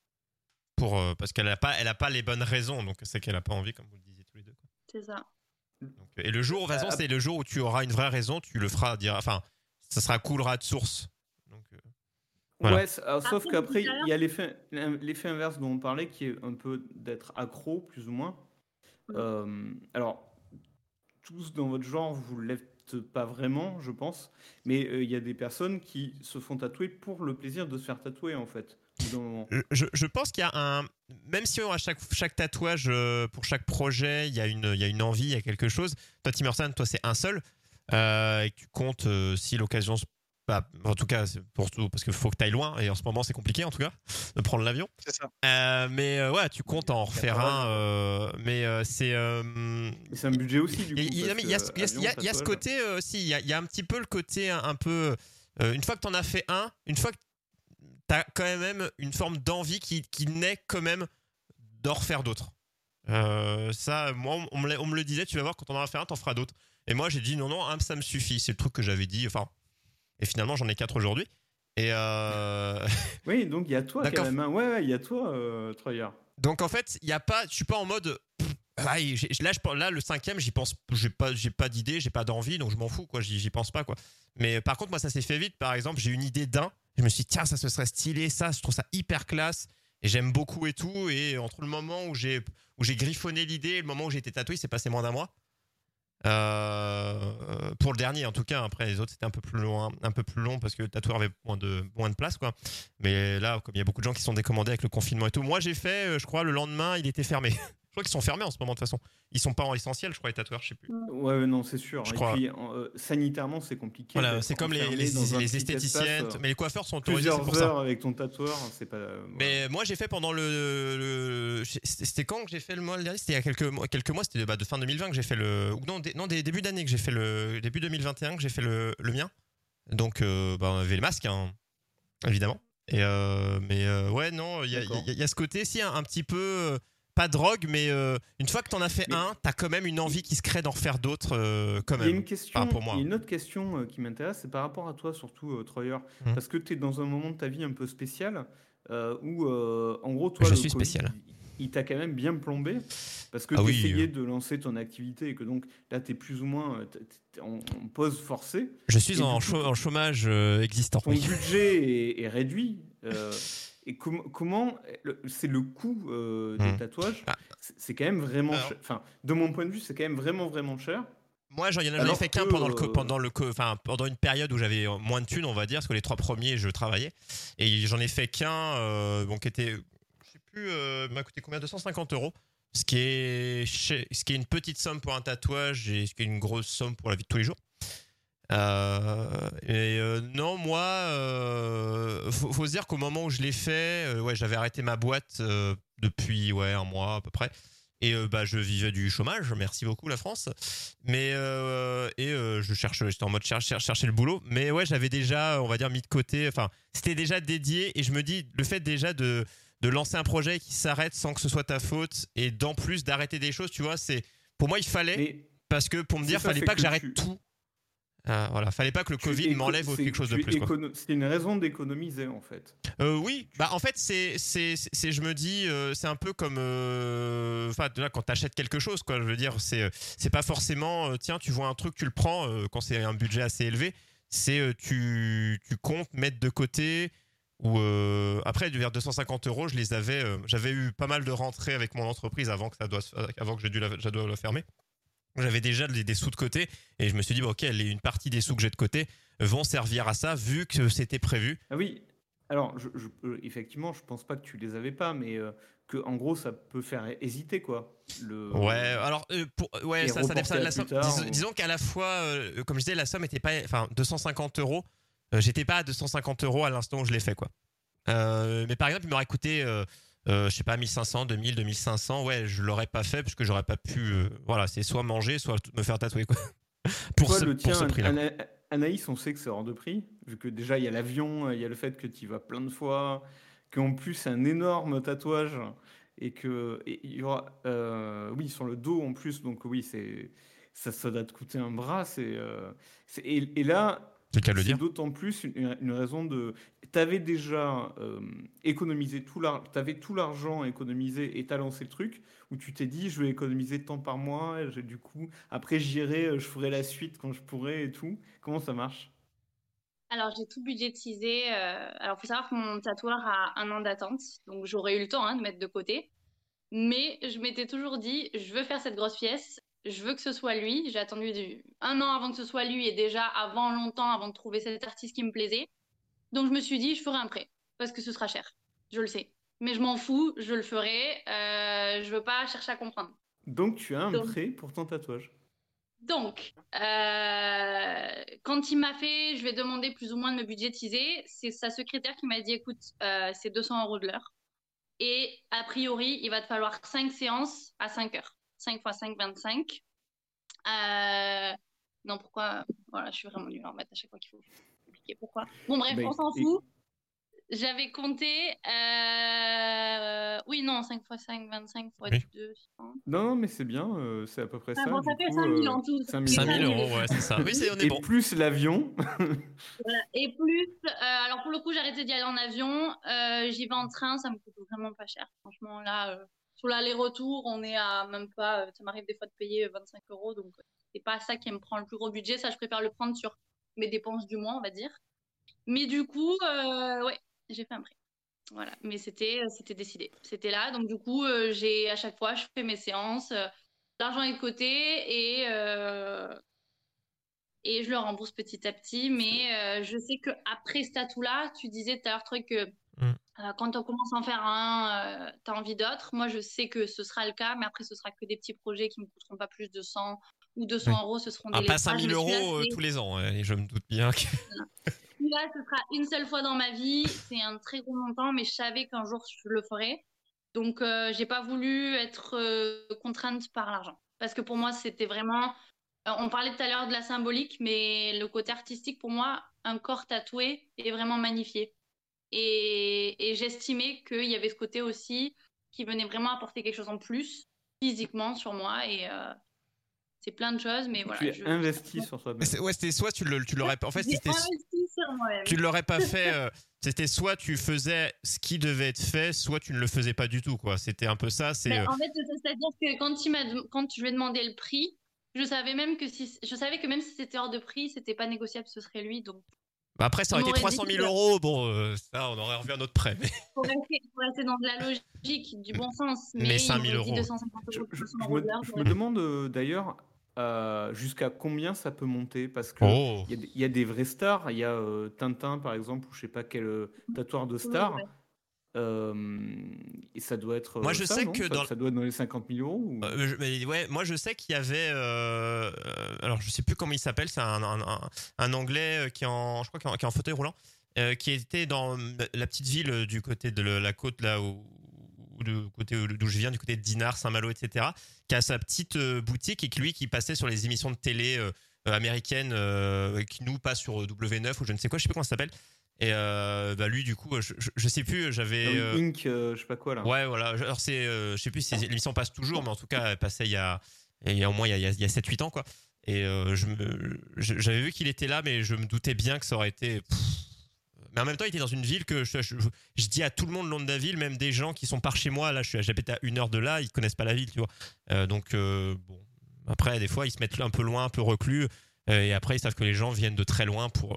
Pour, euh, parce qu'elle a pas, elle a pas les bonnes raisons. Donc c'est qu'elle a pas envie, comme vous le disiez tous les deux. Quoi. C'est ça. Donc, et le jour, de toute façon, Euh, c'est le jour où tu auras une vraie raison, tu le feras dire. Enfin, ça sera coolera de source. Donc, euh, voilà. Ouais, s- alors, sauf Après, qu'après, tout à il y a l'effet l'effet inverse dont on parlait, qui est un peu d'être accro, plus ou moins. l'heure. Euh, alors, tous dans votre genre, vous ne l'êtes pas vraiment, je pense, mais euh, il y a des personnes qui se font tatouer pour le plaisir de se faire tatouer, en fait, au bout d'un moment. Je, je- je pense qu'il y a un. Même si à chaque, chaque tatouage, euh, pour chaque projet, il y, a une, il y a une envie, il y a quelque chose. Toi, Timerson, toi, c'est un seul. Euh, et que tu comptes, euh, si l'occasion se. Bah, en tout cas, c'est pour tout, parce qu'il faut que tu ailles loin. Et en ce moment, c'est compliqué, en tout cas, de prendre l'avion. C'est ça. Euh, mais euh, ouais, tu comptes en refaire un. quatre-vingts. euh, mais euh, c'est. euh, Mais c'est un budget aussi, du il coup. y, a- parce il y a ce- que il y a ce- il y a- avion, il y a ce tatouage. côté euh, aussi. Il y a, il y a un petit peu le côté un, un peu. euh, une fois que tu en as fait un, une fois que tu as quand même une forme d'envie qui, qui naît quand même d'en refaire d'autres. Euh, ça, moi, on me, l'a- on me le disait, tu vas voir, quand on en a fait un, t'en feras d'autres. Et moi, j'ai dit non, non, un, ça me suffit. C'est le truc que j'avais dit. Enfin, et finalement, j'en ai quatre aujourd'hui. Et euh, Oui, donc il y a toi, D'accord. carrément. Ouais, ouais, il y a toi, euh, Troyer. donc en fait, il y a pas, je suis pas en mode. Ah, j'ai- là, je, là, le cinquième, j'y pense, j'ai pas, j'ai pas d'idée, j'ai pas d'envie, donc je m'en fous, quoi. J'y, j'y pense pas, quoi. Mais par contre, moi, ça s'est fait vite. Par exemple, j'ai une idée d'un. Je me suis dit, tiens, ça se serait stylé, ça, je trouve ça hyper classe. Et j'aime beaucoup et tout. Et entre le moment où j'ai, où j'ai griffonné l'idée et le moment où j'ai été tatoué, c'est passé moins d'un mois. Euh, pour le dernier, en tout cas. Après, les autres, c'était un peu plus long, un peu plus long parce que le tatoueur avait moins de, moins de place, quoi. Mais là, comme il y a beaucoup de gens qui sont décommandés avec le confinement et tout, moi, j'ai fait, euh, je crois, le lendemain, il était fermé. Je crois qu'ils sont fermés en ce moment, de toute façon. Ils sont pas en essentiel, je crois, les tatoueurs, je sais plus. Ouais, ouais, non, c'est sûr. Je Et crois. puis, euh, sanitairement, c'est compliqué. Voilà, d'être c'est comme les, enfermé les, dans un les petit esthéticiennes, espace, euh, mais les coiffeurs sont autorisés, c'est plusieurs pour ça. heures avec ton tatoueur, c'est pas. voilà. Mais moi, j'ai fait pendant le, le- c'était quand que j'ai fait le mois le dernier? C'était il y a quelques mois, quelques mois, c'était bah, de fin deux mille vingt que j'ai fait le, ou non, des, non, des débuts d'année que j'ai fait le, début deux mille vingt et un que j'ai fait le, le mien. Donc, euh, bah, on avait le masque, hein, évidemment. Et euh, mais euh, ouais, non, il y a, D'accord. il y a- il y a ce côté, si un, un petit peu, euh, pas drogue, mais euh, une fois que t'en as fait Mais- un, t'as quand même une envie qui se crée d'en refaire d'autres, euh, quand Il y a même. une question, Enfin, pour moi. il y a une autre question euh, qui m'intéresse, c'est par rapport à toi, surtout, euh, Troyer. Mhm. Parce que tu es dans un moment de ta vie un peu spécial euh, où, euh, en gros, toi, Je le suis Covid, spécial. il- il t'a quand même bien plombé parce que Ah tu oui, essayais euh. de lancer ton activité et que donc là, tu es plus ou moins euh, t'es- t'es en, en pause forcée. Je suis Et en, du coup, chau- en chômage euh, existant. Ton oui. budget est, est réduit. euh, et com- comment le- c'est le coût euh, des Mhm. tatouages Ah. c'est c'est quand même vraiment Alors. cher. Enfin, de mon point de vue, c'est quand même vraiment, vraiment cher. Moi, j'en j'en ai Alors fait qu'un que, pendant le, co- euh, pendant le, co- enfin, pendant une période où j'avais moins de thunes, on va dire, parce que les trois premiers, je travaillais, et j'en ai fait qu'un, euh, bon, qui était, je sais plus, euh, m'a coûté combien, deux cent cinquante euros, ce qui est, chez- ce qui est une petite somme pour un tatouage et ce qui est une grosse somme pour la vie de tous les jours. Euh, et euh, non, moi, euh, faut, faut se dire qu'au moment où je l'ai fait, euh, ouais, j'avais arrêté ma boîte euh, depuis ouais un mois à peu près. Et euh, bah je vivais du chômage, merci beaucoup la France. Mais euh, et euh, je cherche, j'étais en mode cherche, cherche, chercher le boulot. Mais ouais, j'avais déjà, on va dire, mis de côté. Enfin, c'était déjà dédié. Et je me dis, le fait déjà de de lancer un projet qui s'arrête sans que ce soit ta faute et d'en plus d'arrêter des choses, tu vois, c'est pour moi il fallait Mais parce que pour me c'est dire, ça, fallait c'est pas que que j'arrête tu- tout. Euh, voilà, fallait pas que le tu Covid éco- m'enlève c'est- quelque chose de tu plus. Quoi. écono- C'est une raison d'économiser en fait. Euh, oui, bah en fait c'est c'est c'est je me dis euh, c'est un peu comme euh, enfin là quand t'achètes quelque chose quoi, je veux dire c'est c'est pas forcément euh, tiens tu vois un truc tu le prends euh, quand c'est un budget assez élevé, c'est euh, tu tu comptes mettre de côté ou euh, après vers deux cent cinquante euros je les avais euh, j'avais eu pas mal de rentrées avec mon entreprise avant que ça doit se- avant que j'ai dû la, je dois la fermer. J'avais déjà des, des sous de côté et je me suis dit bah, ok les- une partie des sous que j'ai de côté vont servir à ça vu que c'était prévu. Ah oui. Alors, je, je- euh, effectivement, je pense pas que tu les avais pas, mais euh, que en gros, ça peut faire hésiter quoi. Le... Ouais, alors euh, pour, ouais, Et ça, ça, reporter ça- à la plus somme, tard, dis- ou- disons qu'à la fois, euh, comme je disais, la somme était pas, enfin, deux cent cinquante euros. Euh, j'étais pas à deux cent cinquante euros à l'instant où je l'ai fait, quoi. Euh, mais par exemple, il m'aurait coûté, euh, euh, je sais pas, mille cinq cents, deux mille, deux mille cinq cents. Ouais, je l'aurais pas fait parce que j'aurais pas pu. euh, voilà, c'est soit manger, soit me faire tatouer, quoi. pour Toi, ce, le pour tien, ce prix-là. Ana- Anaïs, on sait que c'est hors de prix, vu que déjà il y a l'avion, il y a le fait que tu y vas plein de fois, qu'en plus c'est un énorme tatouage, et que et il y aura, euh, oui, sur le dos en plus, donc oui, c'est ça, ça doit te coûter un bras. C'est, euh, c'est- et, et là, C'est le cas de le c'est dire. d'autant plus une, une raison de. Tu avais déjà euh, économisé tout l'argent, tu avais tout l'argent économisé et tu as lancé le truc où tu t'es dit je vais économiser tant par mois, et j'ai- du coup, après j'irai, euh, je ferai la suite quand je pourrai et tout. Comment ça marche? Alors, j'ai tout budgétisé. euh, Alors, faut savoir que mon tatoueur a un an d'attente, donc j'aurais eu le temps hein, de mettre de côté. Mais je m'étais toujours dit, je veux faire cette grosse pièce, je veux que ce soit lui. J'ai attendu du- un an avant que ce soit lui et déjà avant longtemps, avant de trouver cet artiste qui me plaisait. Donc, je me suis dit, je ferai un prêt parce que ce sera cher. Je le sais. Mais je m'en fous, je le ferai. Euh, je veux pas chercher à comprendre. Donc tu as un Donc, prêt pour ton tatouage. donc, euh, quand il m'a fait, je vais demander plus ou moins de me budgétiser. C'est sa secrétaire qui m'a dit, écoute, euh, c'est deux cents euros de l'heure. Et a priori, il va te falloir cinq séances à cinq heures. cinq fois cinq, vingt-cinq. Euh... Non, pourquoi? Voilà, je suis vraiment nulle en maths à chaque fois qu'il faut expliquer pourquoi. Bon, bref, Ben, on s'en et- fout. J'avais compté. euh, Oui, non, cinq fois cinq, vingt-cinq fois Oui. deux cents. Non, non, mais c'est bien, euh, c'est à peu près Ah, ça. bon, Du ça fait coup, cinq mille euh, en tout. cinq mille C'est cinq mille annulé. euros, ouais, c'est ça. Oui, c'est, on est Et bon. plus l'avion. Voilà. Et plus, euh, alors pour le coup, j'ai arrêté d'y aller en avion. Euh, j'y vais en train, ça me coûte vraiment pas cher. Franchement, là, euh, sur l'aller-retour, on est à même pas. euh, Ça m'arrive des fois de payer vingt-cinq euros, donc euh, c'est pas ça qui me prend le plus gros budget. Ça, je préfère le prendre sur mes dépenses du mois, on va dire. Mais du coup, euh, ouais, j'ai fait un prêt. Voilà. Mais c'était, euh, c'était décidé. C'était là. Donc du coup, euh, j'ai à chaque fois, je fais mes séances. euh, L'argent est de côté et euh, et je le rembourse petit à petit. Mais euh, je sais que après ce tatou-là, tu disais tout à l'heure, truc que Mm. euh, quand on commence à en faire un, tu as envie d'autres. Moi, je sais que ce sera le cas, mais après, ce sera que des petits projets qui me coûteront pas plus de cent ou deux cents Oui. euros. Ce seront Ah, des pas lettrages. cinq mille Mais celui-là, euros euh, c'est- tous les ans, ouais, et je me doute bien que. celui-là, ce sera une seule fois dans ma vie. C'est un très gros montant, mais je savais qu'un jour, je le ferais. Donc, euh, j'ai pas voulu être euh, contrainte par l'argent. Parce que pour moi, c'était vraiment. euh, on parlait tout à l'heure de la symbolique, mais le côté artistique, pour moi, un corps tatoué est vraiment magnifié. Et, et j'estimais qu'il y avait ce côté aussi qui venait vraiment apporter quelque chose en plus, physiquement, sur moi. Et euh, c'est plein de choses, mais voilà. Tu es Je, investi sur Mais toi-même. c'est- Ouais, c'était soit tu le, tu l'aurais pas. En fait, J'ai c'était. investi sur moi-même. Tu ne l'aurais pas fait. euh, C'était soit tu faisais ce qui devait être fait, soit tu ne le faisais pas du tout, quoi. C'était un peu ça. C'est. Mais euh, en fait, c'est-à-dire que quand, il m'a, quand je lui ai demandé le prix, je savais même que si, je savais que même si c'était hors de prix, c'était pas négociable, ce serait lui. Donc, bah après, ça il aurait été m'aurait trois dit cent mille que euros. Bon, euh, ça, on aurait revu un autre prêt. Mais, faut rester, faut rester dans de la logique, du bon sens. mais Mais il cinq mille m'aurait dit euros. deux cent cinquante Je, euros, je- deux cents je euros me, de l'heure. je me j'aurais dit. demande euh, d'ailleurs euh, jusqu'à combien ça peut monter parce que Oh. il y, a des- il y a des vrais stars. Il y a euh, Tintin par exemple ou je sais pas quel euh, tatoueur de Oui, star. ouais. euh, et ça doit être Moi, euh, je ça, sais non que ça, dans. ça doit être dans les cinquante mille euros ou- Euh, je- mais ouais, moi je sais qu'il y avait, euh, euh, alors je sais plus comment il s'appelle, c'est un, un, un, un anglais qui est en, je crois qui est en, qui est en fauteuil roulant, euh, qui était dans la petite ville du côté de la côte là où, où du côté d'où je viens, du côté de Dinard, Saint-Malo, et cetera, qui a sa petite euh, boutique et que lui qui passait sur les émissions de télé euh, américaines, euh, qui nous passe sur W neuf ou je ne sais quoi, je sais plus comment ça s'appelle. Et euh, bah lui du coup, je, je, je sais plus, j'avais. Ah oui, euh, Inc, euh, je sais pas quoi là. Ouais, voilà. Alors, c'est, euh, je sais plus si l'émission passe toujours, mais en tout cas, elle passait il y a, il y a au moins il y a, il y a sept huit ans, quoi. Et euh, je me, je- j'avais vu qu'il était là, mais je me doutais bien que ça aurait été. Pff. Mais en même temps, il était dans une ville que je, je, je dis à tout le monde le nom de la ville, même des gens qui sont par chez moi. Là, je suis, j'habite à une heure de là, ils connaissent pas la ville, tu vois. Euh, donc, euh, bon. Après, des fois, ils se mettent un peu loin, un peu reclus. euh, et après, ils savent que les gens viennent de très loin pour.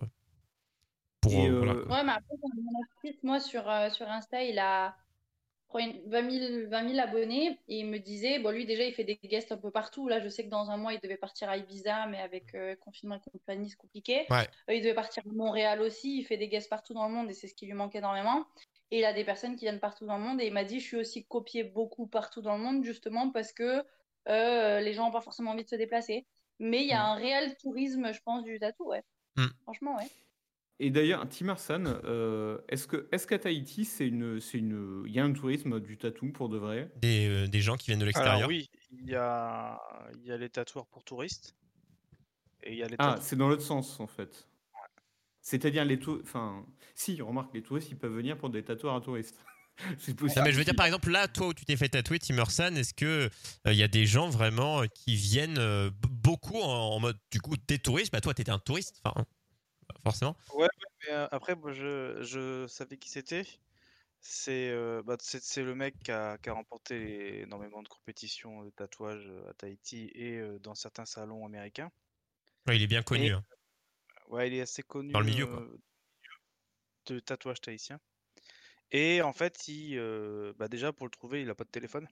pour Et, euh, voilà, euh, quoi. Ouais, mais après, mon artiste, moi, sur, euh, sur Insta, il a je crois, une- vingt mille, vingt mille abonnés et il me disait, bon, lui, déjà, il fait des guests un peu partout. Là, je sais que dans un mois, il devait partir à Ibiza, mais avec euh, confinement et compagnie, c'est compliqué. Ouais. Euh, il devait partir à Montréal aussi. Il fait des guests partout dans le monde et c'est ce qui lui manque énormément. Et il a des personnes qui viennent partout dans le monde et il m'a dit, je suis aussi copié beaucoup partout dans le monde, justement parce que euh, les gens n'ont pas forcément envie de se déplacer. Mais il y a Mm. un réel tourisme, je pense, du tatou, ouais. Mm. Franchement, ouais. Et d'ailleurs, Tim Arsan, euh, est-ce que est-ce qu'à Tahiti, c'est une, c'est une, il y a un tourisme du tatou pour de vrai? Des, euh, des gens qui viennent de l'extérieur. Alors oui, il y a, il y a les tatoueurs pour touristes et il y a les Ah, tatoueurs. c'est dans l'autre sens en fait. C'est-à-dire les tou- enfin, si, remarque, les touristes, ils peuvent venir pour des tatoueurs à touristes. C'est possible. Non, mais je veux dire, aussi. par exemple, là, toi où tu t'es fait tatouer, Timmersan, est-ce que il y a des gens vraiment euh, qui viennent euh, b- beaucoup en, en mode, du coup, des touristes? Bah, toi, t'étais un touriste. Enfin, forcément. Ouais, ouais, mais euh, après, moi, je, je savais qui c'était. C'est euh, bah, c'est c'est le mec qui a, qui a remporté énormément de compétitions de tatouage euh, à Tahiti et euh, dans certains salons américains. Ouais, il est bien Et connu hein, ouais, il est assez dans le connu milieu, quoi. euh, de tatouage tahitien. Et en fait, il, euh, bah, déjà pour le trouver, il a pas de téléphone.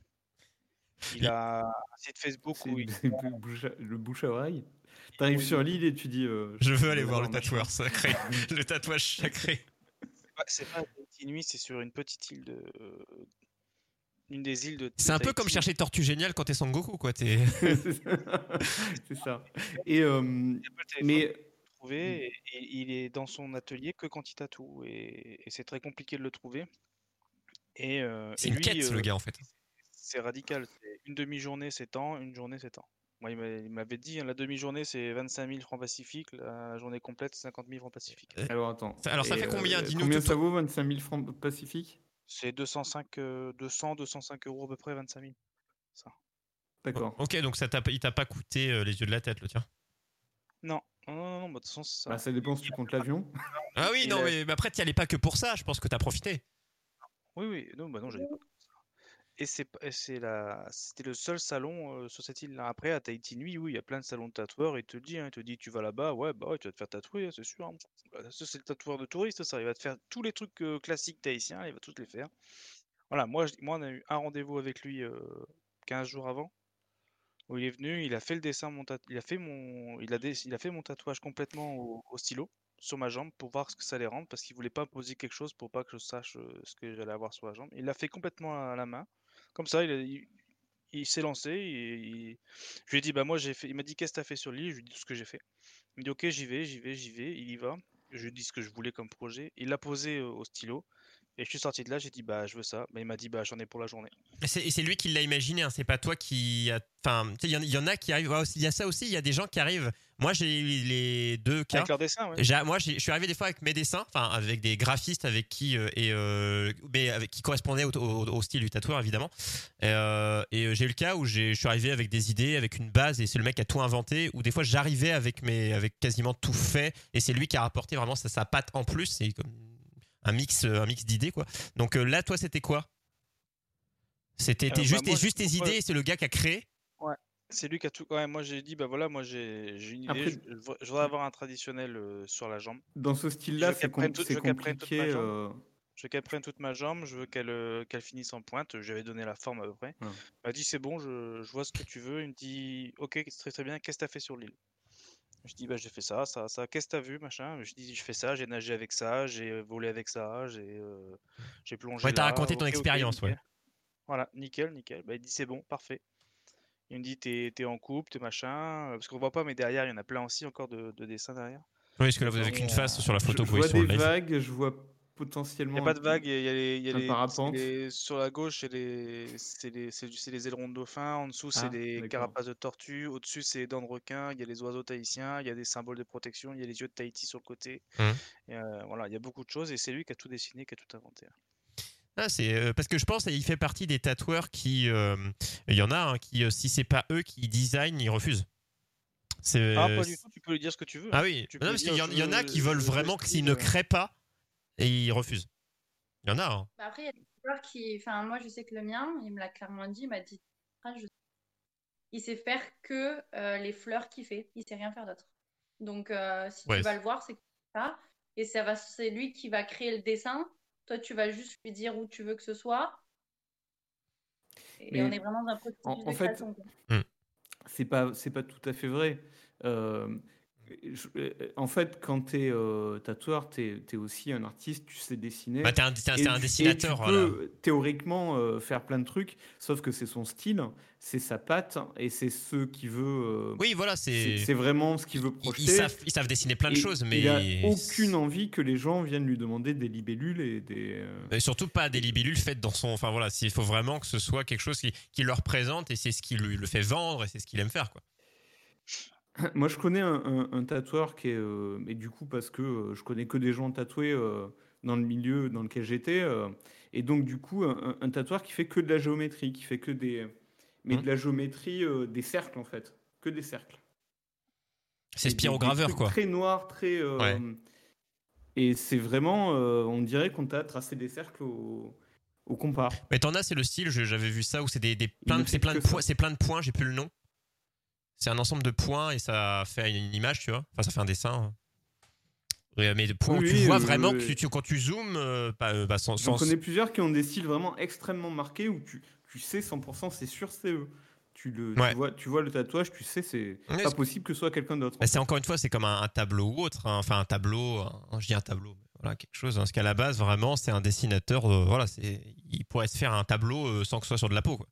Il Il- a un site Facebook C'est où il, c'est le bouche à, le bouche à oreille. où T'arrives sur il- l'île et tu dis euh, Je veux je aller veux voir le voir machin. tatoueur sacré, le tatouage sacré. c'est pas, c'est pas à Tahiti Nui, c'est sur une petite île de, euh, une des îles de, de C'est un peu comme Tahiti. chercher Tortue Géniale quand t'es Son Goku, quoi. T'es... C'est ça. C'est ça. Et euh, Il a pas le téléphone mais pour le trouver et, et il est dans son atelier que quand il tatoue et, et c'est très compliqué de le trouver. Et, euh, C'est et une lui, quête, le euh, gars, en fait. c'est radical. C'est une demi-journée, c'est temps, une journée, c'est temps. Moi, il m'a- il m'avait dit, hein, la demi-journée, c'est vingt-cinq mille francs pacifiques, la journée complète, c'est cinquante mille francs pacifiques. Euh, alors attends. ça- alors, ça Et, fait combien, euh, dis-nous, combien tout- ça vaut vingt-cinq mille francs pacifiques? C'est deux cent cinq, euh, deux cents, deux cent cinq euros à peu près, vingt-cinq mille. Ça. D'accord. Ok, donc ça t'a, pas- il t'a pas coûté euh, les yeux de la tête, le tien. Non, non, non, non, bah, de toute façon, c'est ça. Bah, ça dépend si tu comptes l'avion. Ah oui, Il non, a- mais, mais après, t'y allais pas que pour ça. Je pense que t'as profité. Oui, oui, non, bah non, j'allais pas comme ça. Et c'est p- et c'est la, c'était le seul salon euh, sur cette île-là. Après, à Tahiti Nui, oui, il y a plein de salons de tatoueurs. Il te le dit, hein, il te dit, tu vas là-bas, ouais, bah ouais, tu vas te faire tatouer, hein, c'est sûr. Hein. Bah, ça, c'est le tatoueur de touriste, ça. Il va te faire tous les trucs euh, classiques tahitiens, il va tous les faire. Voilà, moi, je- moi, on a eu un rendez-vous avec lui euh, quinze jours avant, où il est venu, il a fait le dessin, mon tat- il a fait mon, il a dess- il a fait mon tatouage complètement au, au stylo sur ma jambe pour voir ce que ça allait rendre, parce qu'il voulait pas poser quelque chose pour pas que je sache euh, ce que j'allais avoir sur la jambe. Il l'a fait complètement à la main. Comme ça, il, a- il- il s'est lancé. Et il- Je lui ai dit, bah moi j'ai fait. Il m'a dit, qu'est-ce que t'as fait sur l'île? Je lui ai dit tout ce que j'ai fait. Il me dit, ok, j'y vais, j'y vais, j'y vais. Il y va. Je lui ai dit ce que je voulais comme projet. Il l'a posé euh, au stylo. Et je suis sorti de là, j'ai dit, bah je veux ça. Bah, il m'a dit, bah j'en ai pour la journée. Et c'est, et c'est lui qui l'a imaginé, hein, c'est pas toi qui a... Enfin, tu sais, il y, en- il y en a qui arrivent... ouais, il y a ça aussi, il y a des gens qui arrivent... Moi, j'ai eu les deux cas. Avec leur dessin, ouais. J'ai- moi, j'ai- je suis arrivé des fois avec mes dessins, enfin avec des graphistes avec qui euh, et euh, mais avec qui correspondaient au, au- au style du tatoueur évidemment. Et, euh, et euh, j'ai eu le cas où j'ai- je suis arrivé avec des idées, avec une base et c'est le mec qui a tout inventé. Ou des fois j'arrivais avec mes avec quasiment tout fait et c'est lui qui a rapporté vraiment sa, sa patte en plus. C'est comme un mix un mix d'idées quoi. Donc euh, là, toi, c'était quoi? C'était Euh, t'es bah, juste moi, t'es juste tes moi, idées et c'est le gars qui a créé. ouais. C'est lui qui a tout. Ouais, moi j'ai dit, bah voilà, moi j'ai j'ai une idée. Après- Je, je voudrais- je voudrais avoir un traditionnel euh, sur la jambe. Dans ce Je style-là, veux c'est qu'elle prenne, com- tout- je c'est veux qu'elle prenne toute compliqué. ma jambe. euh, Je veux qu'elle prenne toute ma jambe, je veux qu'elle euh, qu'elle finisse en pointe. J'avais donné la forme à peu près. Ouais. Il m'a dit c'est bon, je, je vois ce que tu veux. Il me dit ok, c'est très très bien, qu'est-ce que t'as fait sur l'île? Je dis bah j'ai fait ça, ça, ça, qu'est-ce que t'as vu, machin? Je dis je fais ça, j'ai nagé avec ça, j'ai volé avec ça, j'ai euh, j'ai plongé Ouais, t'as là. raconté ton Ok, ok, expérience, ouais. nickel. Voilà, nickel, nickel. Bah, il dit c'est bon, parfait. Il me dit t'es t'es en couple, t'es machin. Parce qu'on voit pas, mais derrière il y en a plein aussi encore de, de dessins derrière. Oui, parce que là vous avez Et, qu'une euh, face sur la je, photo je que vous voyez vois sur le des live. vagues, je vois Il n'y potentiellement a pas un, de vague, il y a les, il y a un les- parapente. c'est les- sur la gauche, c'est les, c'est les, c'est du- c'est les ailerons de dauphin, en dessous, c'est Ah, les d'accord. carapaces de tortue, au-dessus, c'est les dents de requin, il y a les oiseaux tahitiens, il y a des symboles de protection, il y a les yeux de Tahiti sur le côté. Mhm. Et, euh, voilà, il y a beaucoup de choses, et c'est lui qui a tout dessiné, qui a tout inventé. Ah, c'est euh, parce que je pense qu'il fait partie des tatoueurs qui, euh, il y en a hein, qui, euh, si c'est pas eux qui designent, ils refusent. C'est, Ah, pas du tout, tu peux lui dire ce que tu veux. Ah oui, Tu non, peux parce dire, qu'il y, en- je il y en a veux- qui veulent je veux vraiment ce que s'ils style, ne euh, créent pas et ils refusent. Il y en a. Hein. Bah après, il y a des joueurs qui. Enfin, moi, je sais que le mien, il me l'a clairement dit, il m'a dit ah, je- il sait faire que euh, les fleurs qu'il fait, il sait rien faire d'autre. Donc, euh, si Ouais. tu vas le voir, c'est que ça. Et ça va, c'est lui qui va créer le dessin. Toi, tu vas juste lui dire où tu veux que ce soit. Et Mais on est vraiment dans un processus en- de en fait, création, quoi. c'est pas, c'est pas tout à fait vrai. Euh, je- euh, en fait, quand tu es tatoueur, tu es aussi un artiste, tu sais dessiner. Bah, t'es un, t'es un- Et t'es un tu- dessinateur. et tu Voilà. peux théoriquement euh, faire plein de trucs, sauf que c'est son style, c'est sa patte, et c'est ce qu'il veut. euh, Oui, voilà, c'est c'est. c'est vraiment ce qu'il veut Ils, projeter. ils savent, ils savent dessiner plein de Et choses, mais il a aucune envie que les gens viennent lui demander des libellules et des. euh, Et surtout pas des libellules faites dans son. Enfin voilà, il faut vraiment que ce soit quelque chose qui, qui le représente et c'est ce qui lui le fait vendre et c'est ce qu'il aime faire quoi. Moi, je connais un, un- un tatoueur qui est. euh, et du coup, parce que euh, je connais que des gens tatoués euh, dans le milieu dans lequel j'étais. euh, et donc, du coup, un, un tatoueur qui fait que de la géométrie, qui fait que des. Mais Mhm. de la géométrie, euh, des cercles, en fait. Que des cercles. C'est et des, des spirograveur, trucs quoi. très noirs, très. euh, Ouais. Et c'est vraiment, euh, on dirait qu'on t'a tracé des cercles au, au compas. Mais t'en as, c'est le style, je- j'avais vu ça, où c'est des, des Il plein ne de, c'est fait plein de que ça. points, c'est plein de points, j'ai plus le nom. C'est un ensemble de points et ça fait une image, tu vois. Enfin, ça fait un dessin. Ouais, mais de points Oui, où tu oui, vois euh, vraiment que euh, tu, tu- quand tu zoomes, euh, pas, euh, bah, sans, j'en sans- connais plusieurs qui ont des styles vraiment extrêmement marqués où tu, tu sais cent pour cent c'est sûr c'est eux. Tu, le, tu, Ouais. vois, tu vois le tatouage, tu sais c'est Ouais, pas c'est- possible que ce soit quelqu'un d'autre. bah, c'est encore une fois, c'est comme un, un tableau ou autre. Hein. Enfin, un tableau, un- je dis un tableau, mais voilà, quelque chose. Parce qu'à la base, vraiment, c'est un dessinateur. euh, voilà, c'est, il pourrait se faire un tableau euh, sans que ce soit sur de la peau, quoi.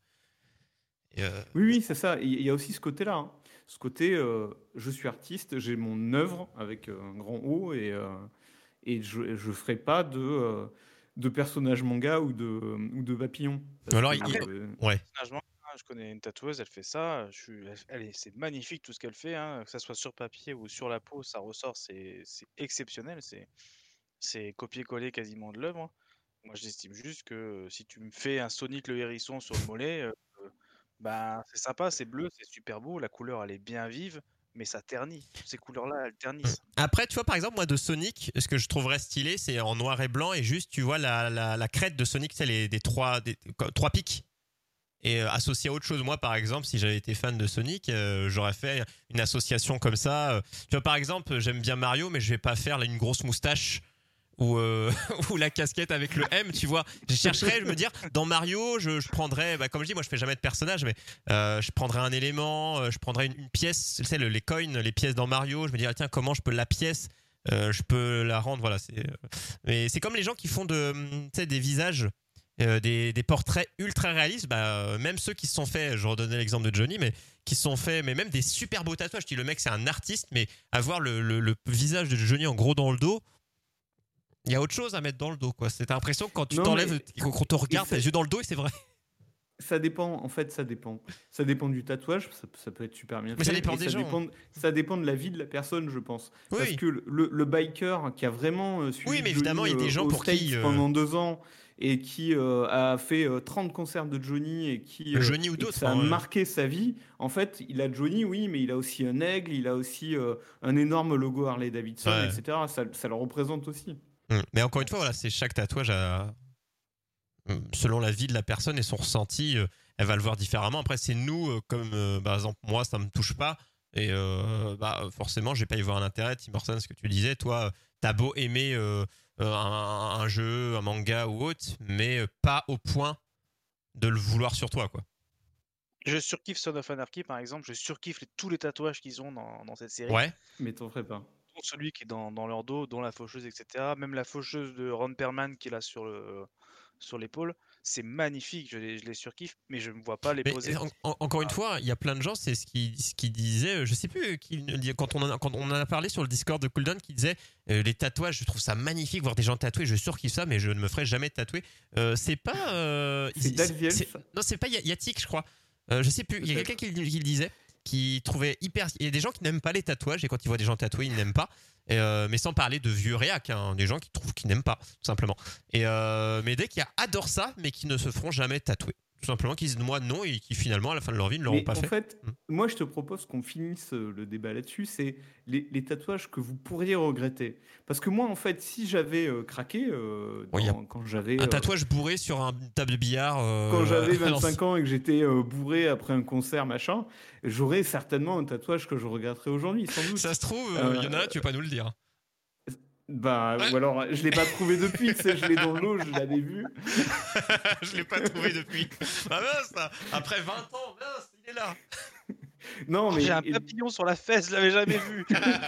Et, euh, Oui, oui, c'est ça. Il y a aussi ce côté-là. Hein. Ce côté, euh, je suis artiste, j'ai mon œuvre avec euh, un grand O et, euh, et je ne ferai pas de, euh, de personnage manga ou de, ou de papillon. Parce alors, que, il- Après, euh, ouais. personnellement, hein, je connais une tatoueuse, elle fait ça. Je suis, elle, elle est- c'est magnifique tout ce qu'elle fait, hein, que ça soit sur papier ou sur la peau, ça ressort, c'est c'est exceptionnel. C'est c'est copier-coller quasiment de l'œuvre. Hein. Moi, j'estime juste que euh, si tu me fais un Sonic le hérisson sur le mollet, euh, euh, bah, c'est sympa, c'est bleu, c'est super beau, la couleur elle est bien vive, mais ça ternit. Toutes ces couleurs-là, elles Mm. ternissent. Après, tu vois, par exemple, moi, de Sonic, ce que je trouverais stylé, c'est en noir et blanc et juste, tu vois, la, la, la crête de Sonic, c'est les des trois, des, trois pics. Et euh, associé à autre chose, moi par exemple, si j'avais été fan de Sonic, euh, j'aurais fait une association comme ça. Euh, tu vois, par exemple, j'aime bien Mario, mais je vais pas faire là, une grosse moustache ou, euh, ou la casquette avec le M, tu vois. Je chercherais, je me dire, dans Mario, je, je prendrais, bah, comme je dis, moi je fais jamais de personnage, mais euh, je prendrais un élément, euh, je prendrais une, une pièce, tu sais, le- les coins, les pièces dans Mario, je me dirais, tiens, comment je peux la pièce, euh, je peux la rendre, voilà. C'est, euh, mais c'est comme les gens qui font de, tu sais, des visages. Euh, des, des portraits ultra réalistes, bah, euh, même ceux qui se sont faits, je redonnais l'exemple de Johnny, mais qui se sont faits, mais même des super beaux tatouages. Je dis le mec c'est un artiste, mais avoir le, le, le visage de Johnny en gros dans le dos, il y a autre chose à mettre dans le dos, quoi. C'est l'impression que quand tu Non, t'enlèves, mais- quand on te regarde, et t'as c'est- les yeux dans le dos et c'est vrai. Ça dépend, en fait, ça dépend. Ça dépend du tatouage, ça, ça peut être super bien Mais fait. ça dépend et des ça gens. Dépend, de- ça dépend de la vie de la personne, je pense. Oui, Parce oui. que le, le- le biker qui a vraiment euh, suivi Oui, mais Johnny, évidemment, il y a des euh, gens aux pour States qui, euh, pendant deux ans et qui euh, a fait euh, trente concerts de Johnny et qui euh, Johnny ou et que d'autres, ça a hein, ouais. marqué sa vie. En fait, il a Johnny, oui, mais il a aussi un aigle, il a aussi euh, un énorme logo Harley Davidson, Ouais. et cetera. Ça, ça le représente aussi. Mm. Mais encore une fois, voilà, c'est chaque tatouage à... selon la vie de la personne et son ressenti, euh, elle va le voir différemment. Après, c'est nous, euh, comme euh, par exemple, moi, ça me touche pas. Et euh, bah, forcément, je vais pas y voir un intérêt. Tim Horton, ce que tu disais, toi, t'as beau aimer euh, euh, un, un jeu, un manga ou autre, mais euh, pas au point de le vouloir sur toi, quoi. Je surkiffe Son of Anarchy par exemple, je surkiffe les- tous les tatouages qu'ils ont dans, dans cette série. Ouais. Mais t'en ferais pas. Dont celui qui est dans, dans leur dos, dont la faucheuse, et cetera. Même la faucheuse de Ron Perlman qui est là sur le sur l'épaule, c'est magnifique, je les, je les surkiffe, mais je ne me vois pas les Mais poser. en- en- encore une fois, il y a plein de gens, c'est ce qu'ils ce qu'ils disaient, je sais plus, qui, quand, on en a, quand on en a parlé sur le Discord de Cooldown, qui disait euh, les tatouages, je trouve ça magnifique, voir des gens tatoués, je surkiffe ça, mais je ne me ferai jamais tatouer. Euh, c'est pas. Euh, C'est il- Dalviel, c'est- ça Non, c'est pas Ya- Yatik, je crois. Euh, je sais plus, il y a Peut-être. quelqu'un qui, le- qui le disait, qui trouvait hyper. Il y a des gens qui n'aiment pas les tatouages, et quand ils voient des gens tatoués, ils n'aiment pas. Et, euh, mais sans parler de vieux réacs, hein, des gens qui trouvent qu'ils n'aiment pas, tout simplement. Et euh, mais dès qu'il y a adorent ça, mais qui ne se feront jamais tatouer. Tout simplement, qui disent moi non, et qui finalement, à la fin de leur vie, ne l'auront Mais pas en fait. fait, Mm. moi je te propose qu'on finisse euh, le débat là-dessus, c'est les, les tatouages que vous pourriez regretter. Parce que moi, en fait, si j'avais euh, craqué euh, Oui, y a dans- quand j'avais Un euh, tatouage bourré sur une table de billard. euh, quand j'avais à l'ancienne. vingt-cinq ans et que j'étais euh, bourré après un concert, machin, j'aurais certainement un tatouage que je regretterais aujourd'hui, sans doute. Ça se trouve, il Euh, y en a, tu veux pas nous le dire. Bah, Ouais. ou alors, je l'ai pas trouvé depuis, tu sais, je l'ai dans l'eau, je l'avais vu. Je l'ai pas trouvé depuis. Ah mince, ça. Après vingt ans, mince, il est là. Non, mais J'ai un et- papillon sur la fesse, je l'avais jamais vu.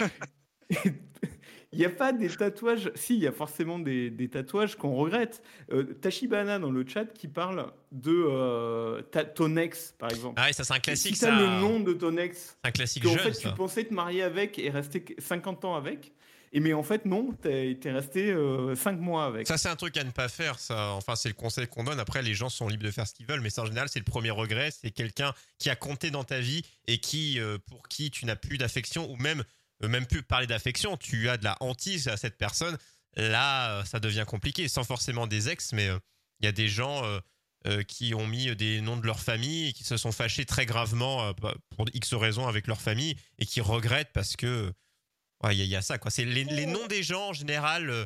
il n'y a pas des tatouages. Si, il y a forcément des, des tatouages qu'on regrette. Euh, Tachibana dans le chat qui parle de euh, ta- ton ex, par exemple. Ah ouais, ça c'est un classique, si tu ça. as le nom de ton ex, C'est un classique qu'en jeune, fait ça. tu pensais te marier avec et rester cinquante ans avec, et mais en fait non, t'es es resté cinq mois avec. Ça, c'est un truc à ne pas faire, ça. Enfin, c'est le conseil qu'on donne. Après, les gens sont libres de faire ce qu'ils veulent, mais ça, en général, c'est le premier regret. C'est quelqu'un qui a compté dans ta vie et qui, euh, pour qui tu n'as plus d'affection, ou même, euh, même plus parler d'affection, tu as de la hantise à cette personne. Là, euh, ça devient compliqué, sans forcément des ex, mais il euh, y a des gens. Euh, euh, qui ont mis des noms de leur famille et qui se sont fâchés très gravement euh, pour X raisons avec leur famille et qui regrettent parce que il ouais, y, y a ça quoi. C'est les, les noms des gens en général. Euh,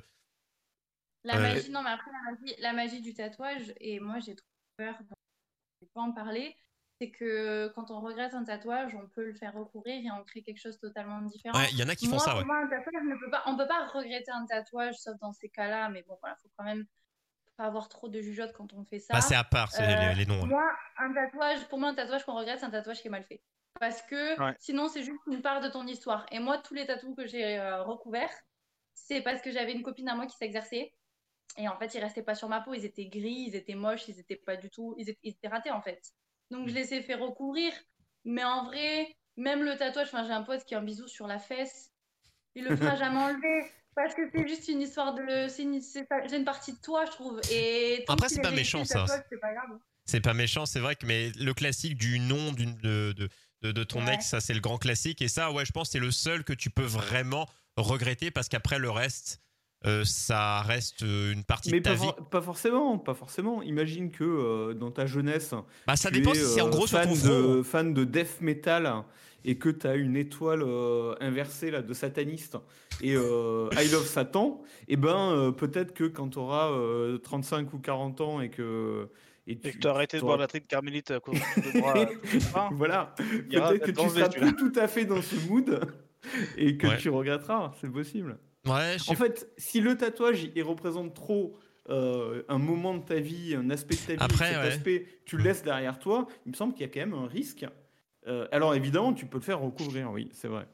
La magie, euh... non mais après la magie, la magie du tatouage, et moi j'ai trop peur, donc je ne vais pas en parler, c'est que quand on regrette un tatouage, on peut le faire recouvrir et en créer quelque chose de totalement différent. Ouais, il y en a qui moi, font ça, ouais. Moi, un tatouage, ne peut pas, on ne peut pas regretter un tatouage, sauf dans ces cas-là, mais bon, voilà, il faut quand même pas avoir trop de jugeote quand on fait ça. Bah, c'est à part, c'est euh, les, les noms. Moi, un tatouage, pour moi, un tatouage qu'on regrette, c'est un tatouage qui est mal fait. Parce que ouais. Sinon, c'est juste une part de ton histoire. Et moi, tous les tatous que j'ai euh, recouverts, c'est parce que j'avais une copine à moi qui s'exerçait. Et en fait, ils restaient pas sur ma peau. Ils étaient gris, ils étaient moches, ils étaient pas du tout... Ils étaient, ils étaient ratés, en fait. Donc, je les ai fait recouvrir. Mais en vrai, même le tatouage... Enfin, j'ai un pote qui a un bisou sur la fesse. Il le fera jamais enlever. Parce que c'est juste une histoire de... C'est une, c'est une partie de toi, je trouve. Et après, c'est pas méchant, ça. Tatouage, c'est pas grave. C'est pas méchant, c'est vrai que mais le classique du nom d'une de, de, de, de ton ouais. ex, ça c'est le grand classique et ça ouais je pense que c'est le seul que tu peux vraiment regretter parce qu'après le reste euh, ça reste une partie mais de ta pas vie. For- pas forcément, pas forcément. Imagine que euh, dans ta jeunesse, bah ça tu dépend es, si c'est en gros fan sur ton front. De, fan de death metal et que tu as une étoile euh, inversée là de sataniste et euh, I love Satan, et ben euh, peut-être que quand tu auras euh, trente-cinq ou quarante ans et que Et tu as arrêté de boire de la tripe carmélite à cause de bras. Voilà, peut-être que tu seras plus tout à fait dans ce mood et que ouais. tu regretteras, c'est possible. Ouais, en fait, si le tatouage il représente trop euh, un moment de ta vie, un aspect de ta vie, Après, cet ouais. aspect, tu le laisses derrière toi, il me semble qu'il y a quand même un risque. Euh, alors évidemment, tu peux le faire recouvrir, oui, c'est vrai.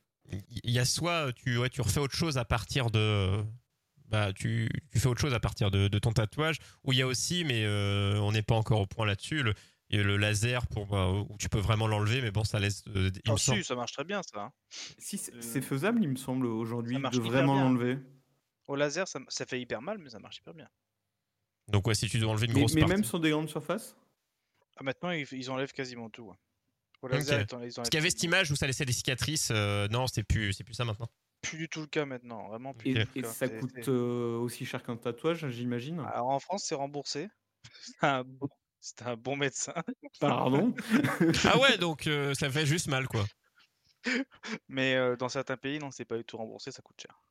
Il y a soit tu, ouais, tu refais autre chose à partir de... Bah, tu, tu fais autre chose à partir de, de ton tatouage, où il y a aussi, mais euh, on n'est pas encore au point là-dessus, le, le laser pour, bah, où tu peux vraiment l'enlever, mais bon, ça laisse... Euh, il oh, me si, semble... ça marche très bien, ça. Hein. Si, c'est, euh, c'est faisable, il me semble, aujourd'hui, de vraiment vraiment bien. l'enlever. Au laser, ça, ça fait hyper mal, mais ça marche hyper bien. Donc ouais, si tu dois enlever une mais, grosse mais partie... Mais même sur des grandes surfaces ah, maintenant, ils, ils enlèvent quasiment tout. Ouais. Au laser, okay. ils enlèvent Parce qu'il y avait cette image où ça laissait des cicatrices, euh, non, c'est plus, c'est plus ça maintenant. Plus du tout le cas maintenant, vraiment plus et, du tout et le cas. ça c'est, coûte c'est... Euh, aussi cher qu'un tatouage, j'imagine. Alors en France, c'est remboursé. C'est un bon, c'est un bon médecin. Pardon. Ah ouais, donc euh, ça fait juste mal, quoi. Mais euh, dans certains pays, non, c'est pas du tout remboursé, ça coûte cher.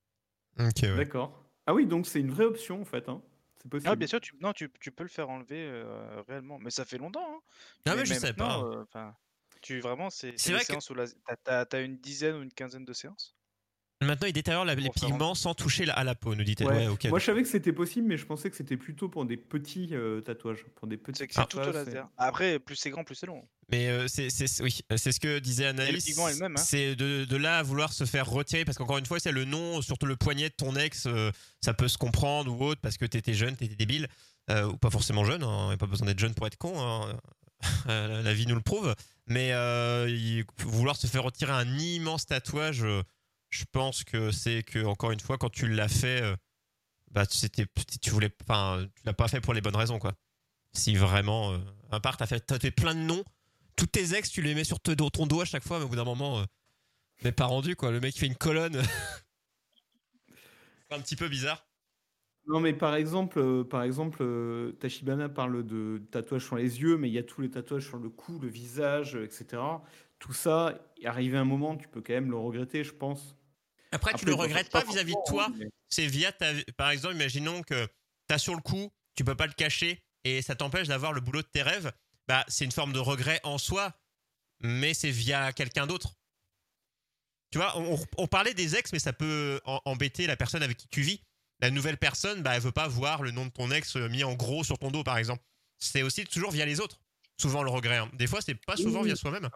Ok, ouais. D'accord. Ah oui, donc c'est une vraie option en fait. Hein. C'est possible. Ah bien sûr, tu, non, tu, tu peux le faire enlever euh, réellement, mais ça fait longtemps. Hein. Ah mais, mais je sais pas. Euh, tu vraiment, c'est, c'est, c'est des vrai séances que... où la, t'as, t'as, t'as une dizaine ou une quinzaine de séances. Maintenant, il détériore la, les pigments sans toucher la, à la peau, nous dit-elle. Ouais. Ouais, okay, moi, je savais que c'était possible, mais je pensais que c'était plutôt pour des petits euh, tatouages, pour des petits. C'est que c'est ah. tout au laser. Et... Après, plus c'est grand, plus c'est long. Mais euh, c'est, c'est, oui, c'est ce que disait Anaïs. Le pigment est le même. Hein. C'est de, de là à vouloir se faire retirer, parce qu'encore une fois, c'est le nom, surtout le poignet de ton ex, euh, ça peut se comprendre ou autre, parce que t'étais jeune, t'étais débile, euh, ou pas forcément jeune. Hein, il n'y a pas besoin d'être jeune pour être con. Hein. La vie nous le prouve. Mais euh, il, vouloir se faire retirer un immense tatouage. Euh, Je pense que c'est que encore une fois quand tu l'as fait, euh, bah c'était tu voulais, enfin tu l'as pas fait pour les bonnes raisons quoi. Si vraiment, euh, à part t'as fait t'as fait plein de noms, tous tes ex tu les mets sur ton dos à chaque fois, mais au bout d'un moment, euh, mais pas rendu quoi. Le mec fait une colonne, c'est un petit peu bizarre. Non mais par exemple, euh, par exemple, euh, Tachibana parle de tatouages sur les yeux, mais il y a tous les tatouages sur le cou, le visage, et cetera. Tout ça, arrivé à un moment, tu peux quand même le regretter, je pense. Après, Après tu le regrettes pas vis-à-vis de toi. Mais... C'est via ta, par exemple, imaginons que t'as sur le cou, tu peux pas le cacher et ça t'empêche d'avoir le boulot de tes rêves. Bah, c'est une forme de regret en soi, mais c'est via quelqu'un d'autre. Tu vois, on, on parlait des ex, mais ça peut en, embêter la personne avec qui tu vis. La nouvelle personne, bah, elle veut pas voir le nom de ton ex mis en gros sur ton dos, par exemple. C'est aussi toujours via les autres. Souvent le regret. Hein. Des fois, c'est pas souvent via soi-même.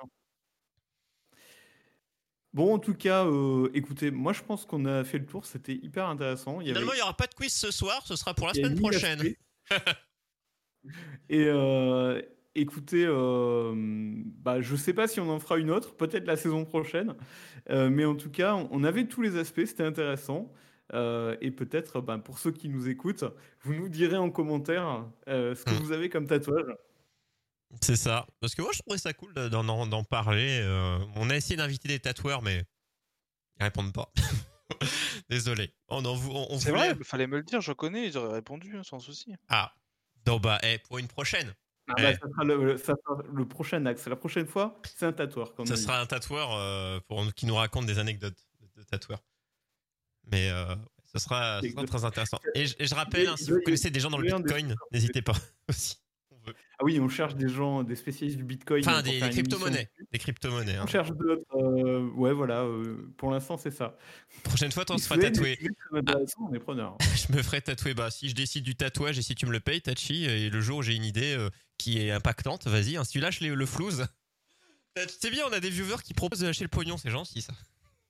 Bon, en tout cas, euh, écoutez, moi je pense qu'on a fait le tour, c'était hyper intéressant. Il y Finalement, avait... il n'y aura pas de quiz ce soir, ce sera pour la semaine prochaine. Et euh, écoutez, euh, bah, je ne sais pas si on en fera une autre, peut-être la saison prochaine, euh, mais en tout cas, on avait tous les aspects, c'était intéressant. Euh, et peut-être, bah, pour ceux qui nous écoutent, vous nous direz en commentaire euh, ce que mmh. vous avez comme tatouage. C'est ça. Parce que moi, je trouvais ça cool d'en, d'en, d'en parler. Euh, on a essayé d'inviter des tatoueurs, mais ils répondent pas. Désolé. On en, on, on C'est voulait... vrai, il fallait me le dire, je connais, ils auraient répondu hein, sans souci. Ah, Donc, bah, eh, pour une prochaine. Ah Eh, bah, ça sera le, ça sera le prochain axe. La prochaine fois, c'est un tatoueur. Comme ça on dit. sera un tatoueur euh, pour, qui nous raconte des anecdotes de, de tatoueurs. Mais euh, ça, sera, ça sera très intéressant. Et, je- et je rappelle, hein, si vous connaissez des gens dans le Bitcoin, n'hésitez pas aussi. Ah oui, on cherche des gens, des spécialistes du Bitcoin. Enfin, pour des, faire des une émission crypto-monnaies. dessus. Des crypto-monnaies. Hein. On cherche d'autres. euh, ouais, voilà. euh, pour l'instant, c'est ça. Prochaine fois, toi, on Si se vous fera avez des tatouer. sujets très intéressants, on est preneurs. Je me ferai tatouer. Bah, si je décide du tatouage et si tu me le payes, Tachi, et le jour où j'ai une idée euh, qui est impactante, vas-y, hein, si tu lâches les- le flouze. C'est bien, on a des viewers qui proposent de lâcher le pognon, c'est gentil ça.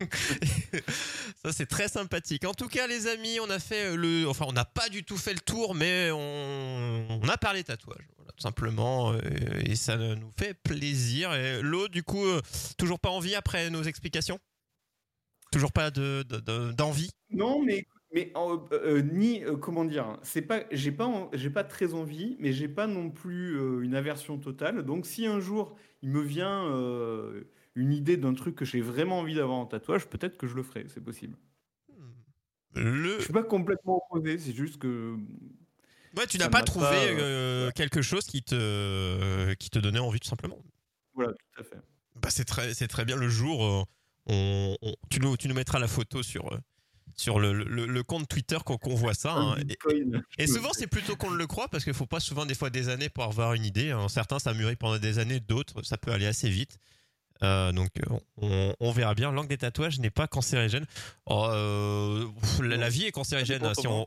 Ça c'est très sympathique. En tout cas les amis, on a fait le, enfin on n'a pas du tout fait le tour, mais on, on a parlé tatouage, voilà, tout simplement, et, et ça nous fait plaisir. Et l'autre du coup, euh, toujours pas envie après nos explications, toujours pas de, de- de- d'envie. Non, mais mais euh, euh, ni euh, comment dire, c'est pas, j'ai pas, en- j'ai pas très envie, mais j'ai pas non plus euh, une aversion totale. Donc si un jour il me vient euh, une idée d'un truc que j'ai vraiment envie d'avoir en tatouage, peut-être que je le ferai, c'est possible. Le, Je suis pas complètement opposé, c'est juste que ouais, tu ça n'as pas m'a trouvé pas, euh, euh, quelque chose qui te, qui te donnait envie tout simplement. voilà, tout à fait. Bah, c'est très, c'est très bien. Le jour, euh, on, on- tu, nous, tu nous mettras la photo sur, euh, sur le, le- le compte Twitter qu'on qu'on voit ça. Un hein. Et, Bitcoin. et souvent, c'est plutôt qu'on le croit parce qu'il faut pas souvent des fois des années pour avoir une idée. hein. Certains, ça mûrit pendant des années, d'autres, ça peut aller assez vite. Euh, donc, euh, on, on verra bien. Langue des tatouages n'est pas cancérigène. Oh, euh, pff, la, la vie est cancérigène. hein, si on...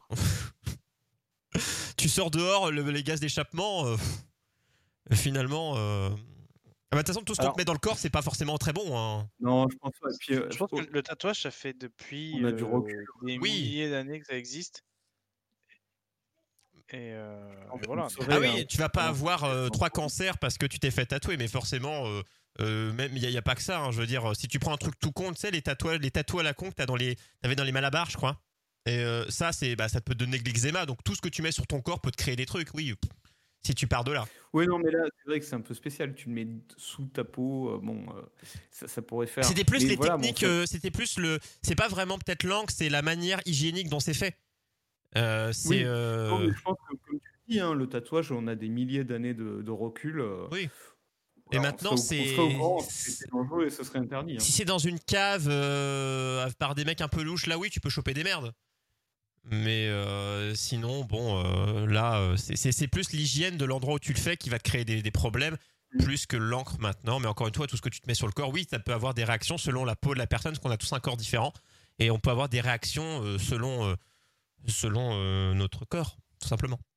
tu sors dehors, le- les gaz d'échappement, euh, pff, finalement. euh, ah bah, de toute façon, tout ce qu'on Alors- te met dans le corps, c'est pas forcément très bon. hein. Non, je pense pas. Et puis, euh, Je pense oh, que le tatouage, ça fait depuis On a du euh, recul. des Oui. milliers d'années que ça existe. Et, euh, En et fait, voilà. on saurait, Ah hein, oui, tu vas pas comment- avoir euh, trois cancers parce que tu t'es fait tatouer, mais forcément, euh, euh, même il y, a pas que ça. hein, je veux dire, si tu prends un truc tout con, tu sais, les tatouages, les tatouages à la con que t'as dans les, t'avais dans les Malabar, je crois. Et euh, ça, c'est, bah, ça te peut te donner de l'eczéma. Donc tout ce que tu mets sur ton corps peut te créer des trucs. Oui, si tu pars de là. Oui, non, mais là, c'est vrai que c'est un peu spécial. Tu le mets sous ta peau, euh, bon, euh, ça, ça pourrait faire. C'était plus Mais les voilà, bon, techniques. ça- euh, c'était plus le. C'est pas vraiment peut-être l'encre, c'est la manière hygiénique dont c'est fait. Euh, c'est. Oui. euh, Non, mais je pense que, comme tu dis, hein, le tatouage, on a des milliers d'années de, de recul. euh, Oui. voilà, Et on maintenant, serait au- c'est- On serait au courant si c'était dangereux et ce serait interdit. hein. Si c'est dans une cave euh, par des mecs un peu louches, là oui, tu peux choper des merdes. Mais euh, sinon, bon, euh, là, euh, c'est- c'est c'est plus l'hygiène de l'endroit où tu le fais qui va te créer des, des problèmes, Mm. plus que l'encre maintenant. Mais encore une fois, tout ce que tu te mets sur le corps, oui, ça peut avoir des réactions selon la peau de la personne, parce qu'on a tous un corps différent. Et on peut avoir des réactions euh, selon, euh, selon euh, notre corps, tout simplement.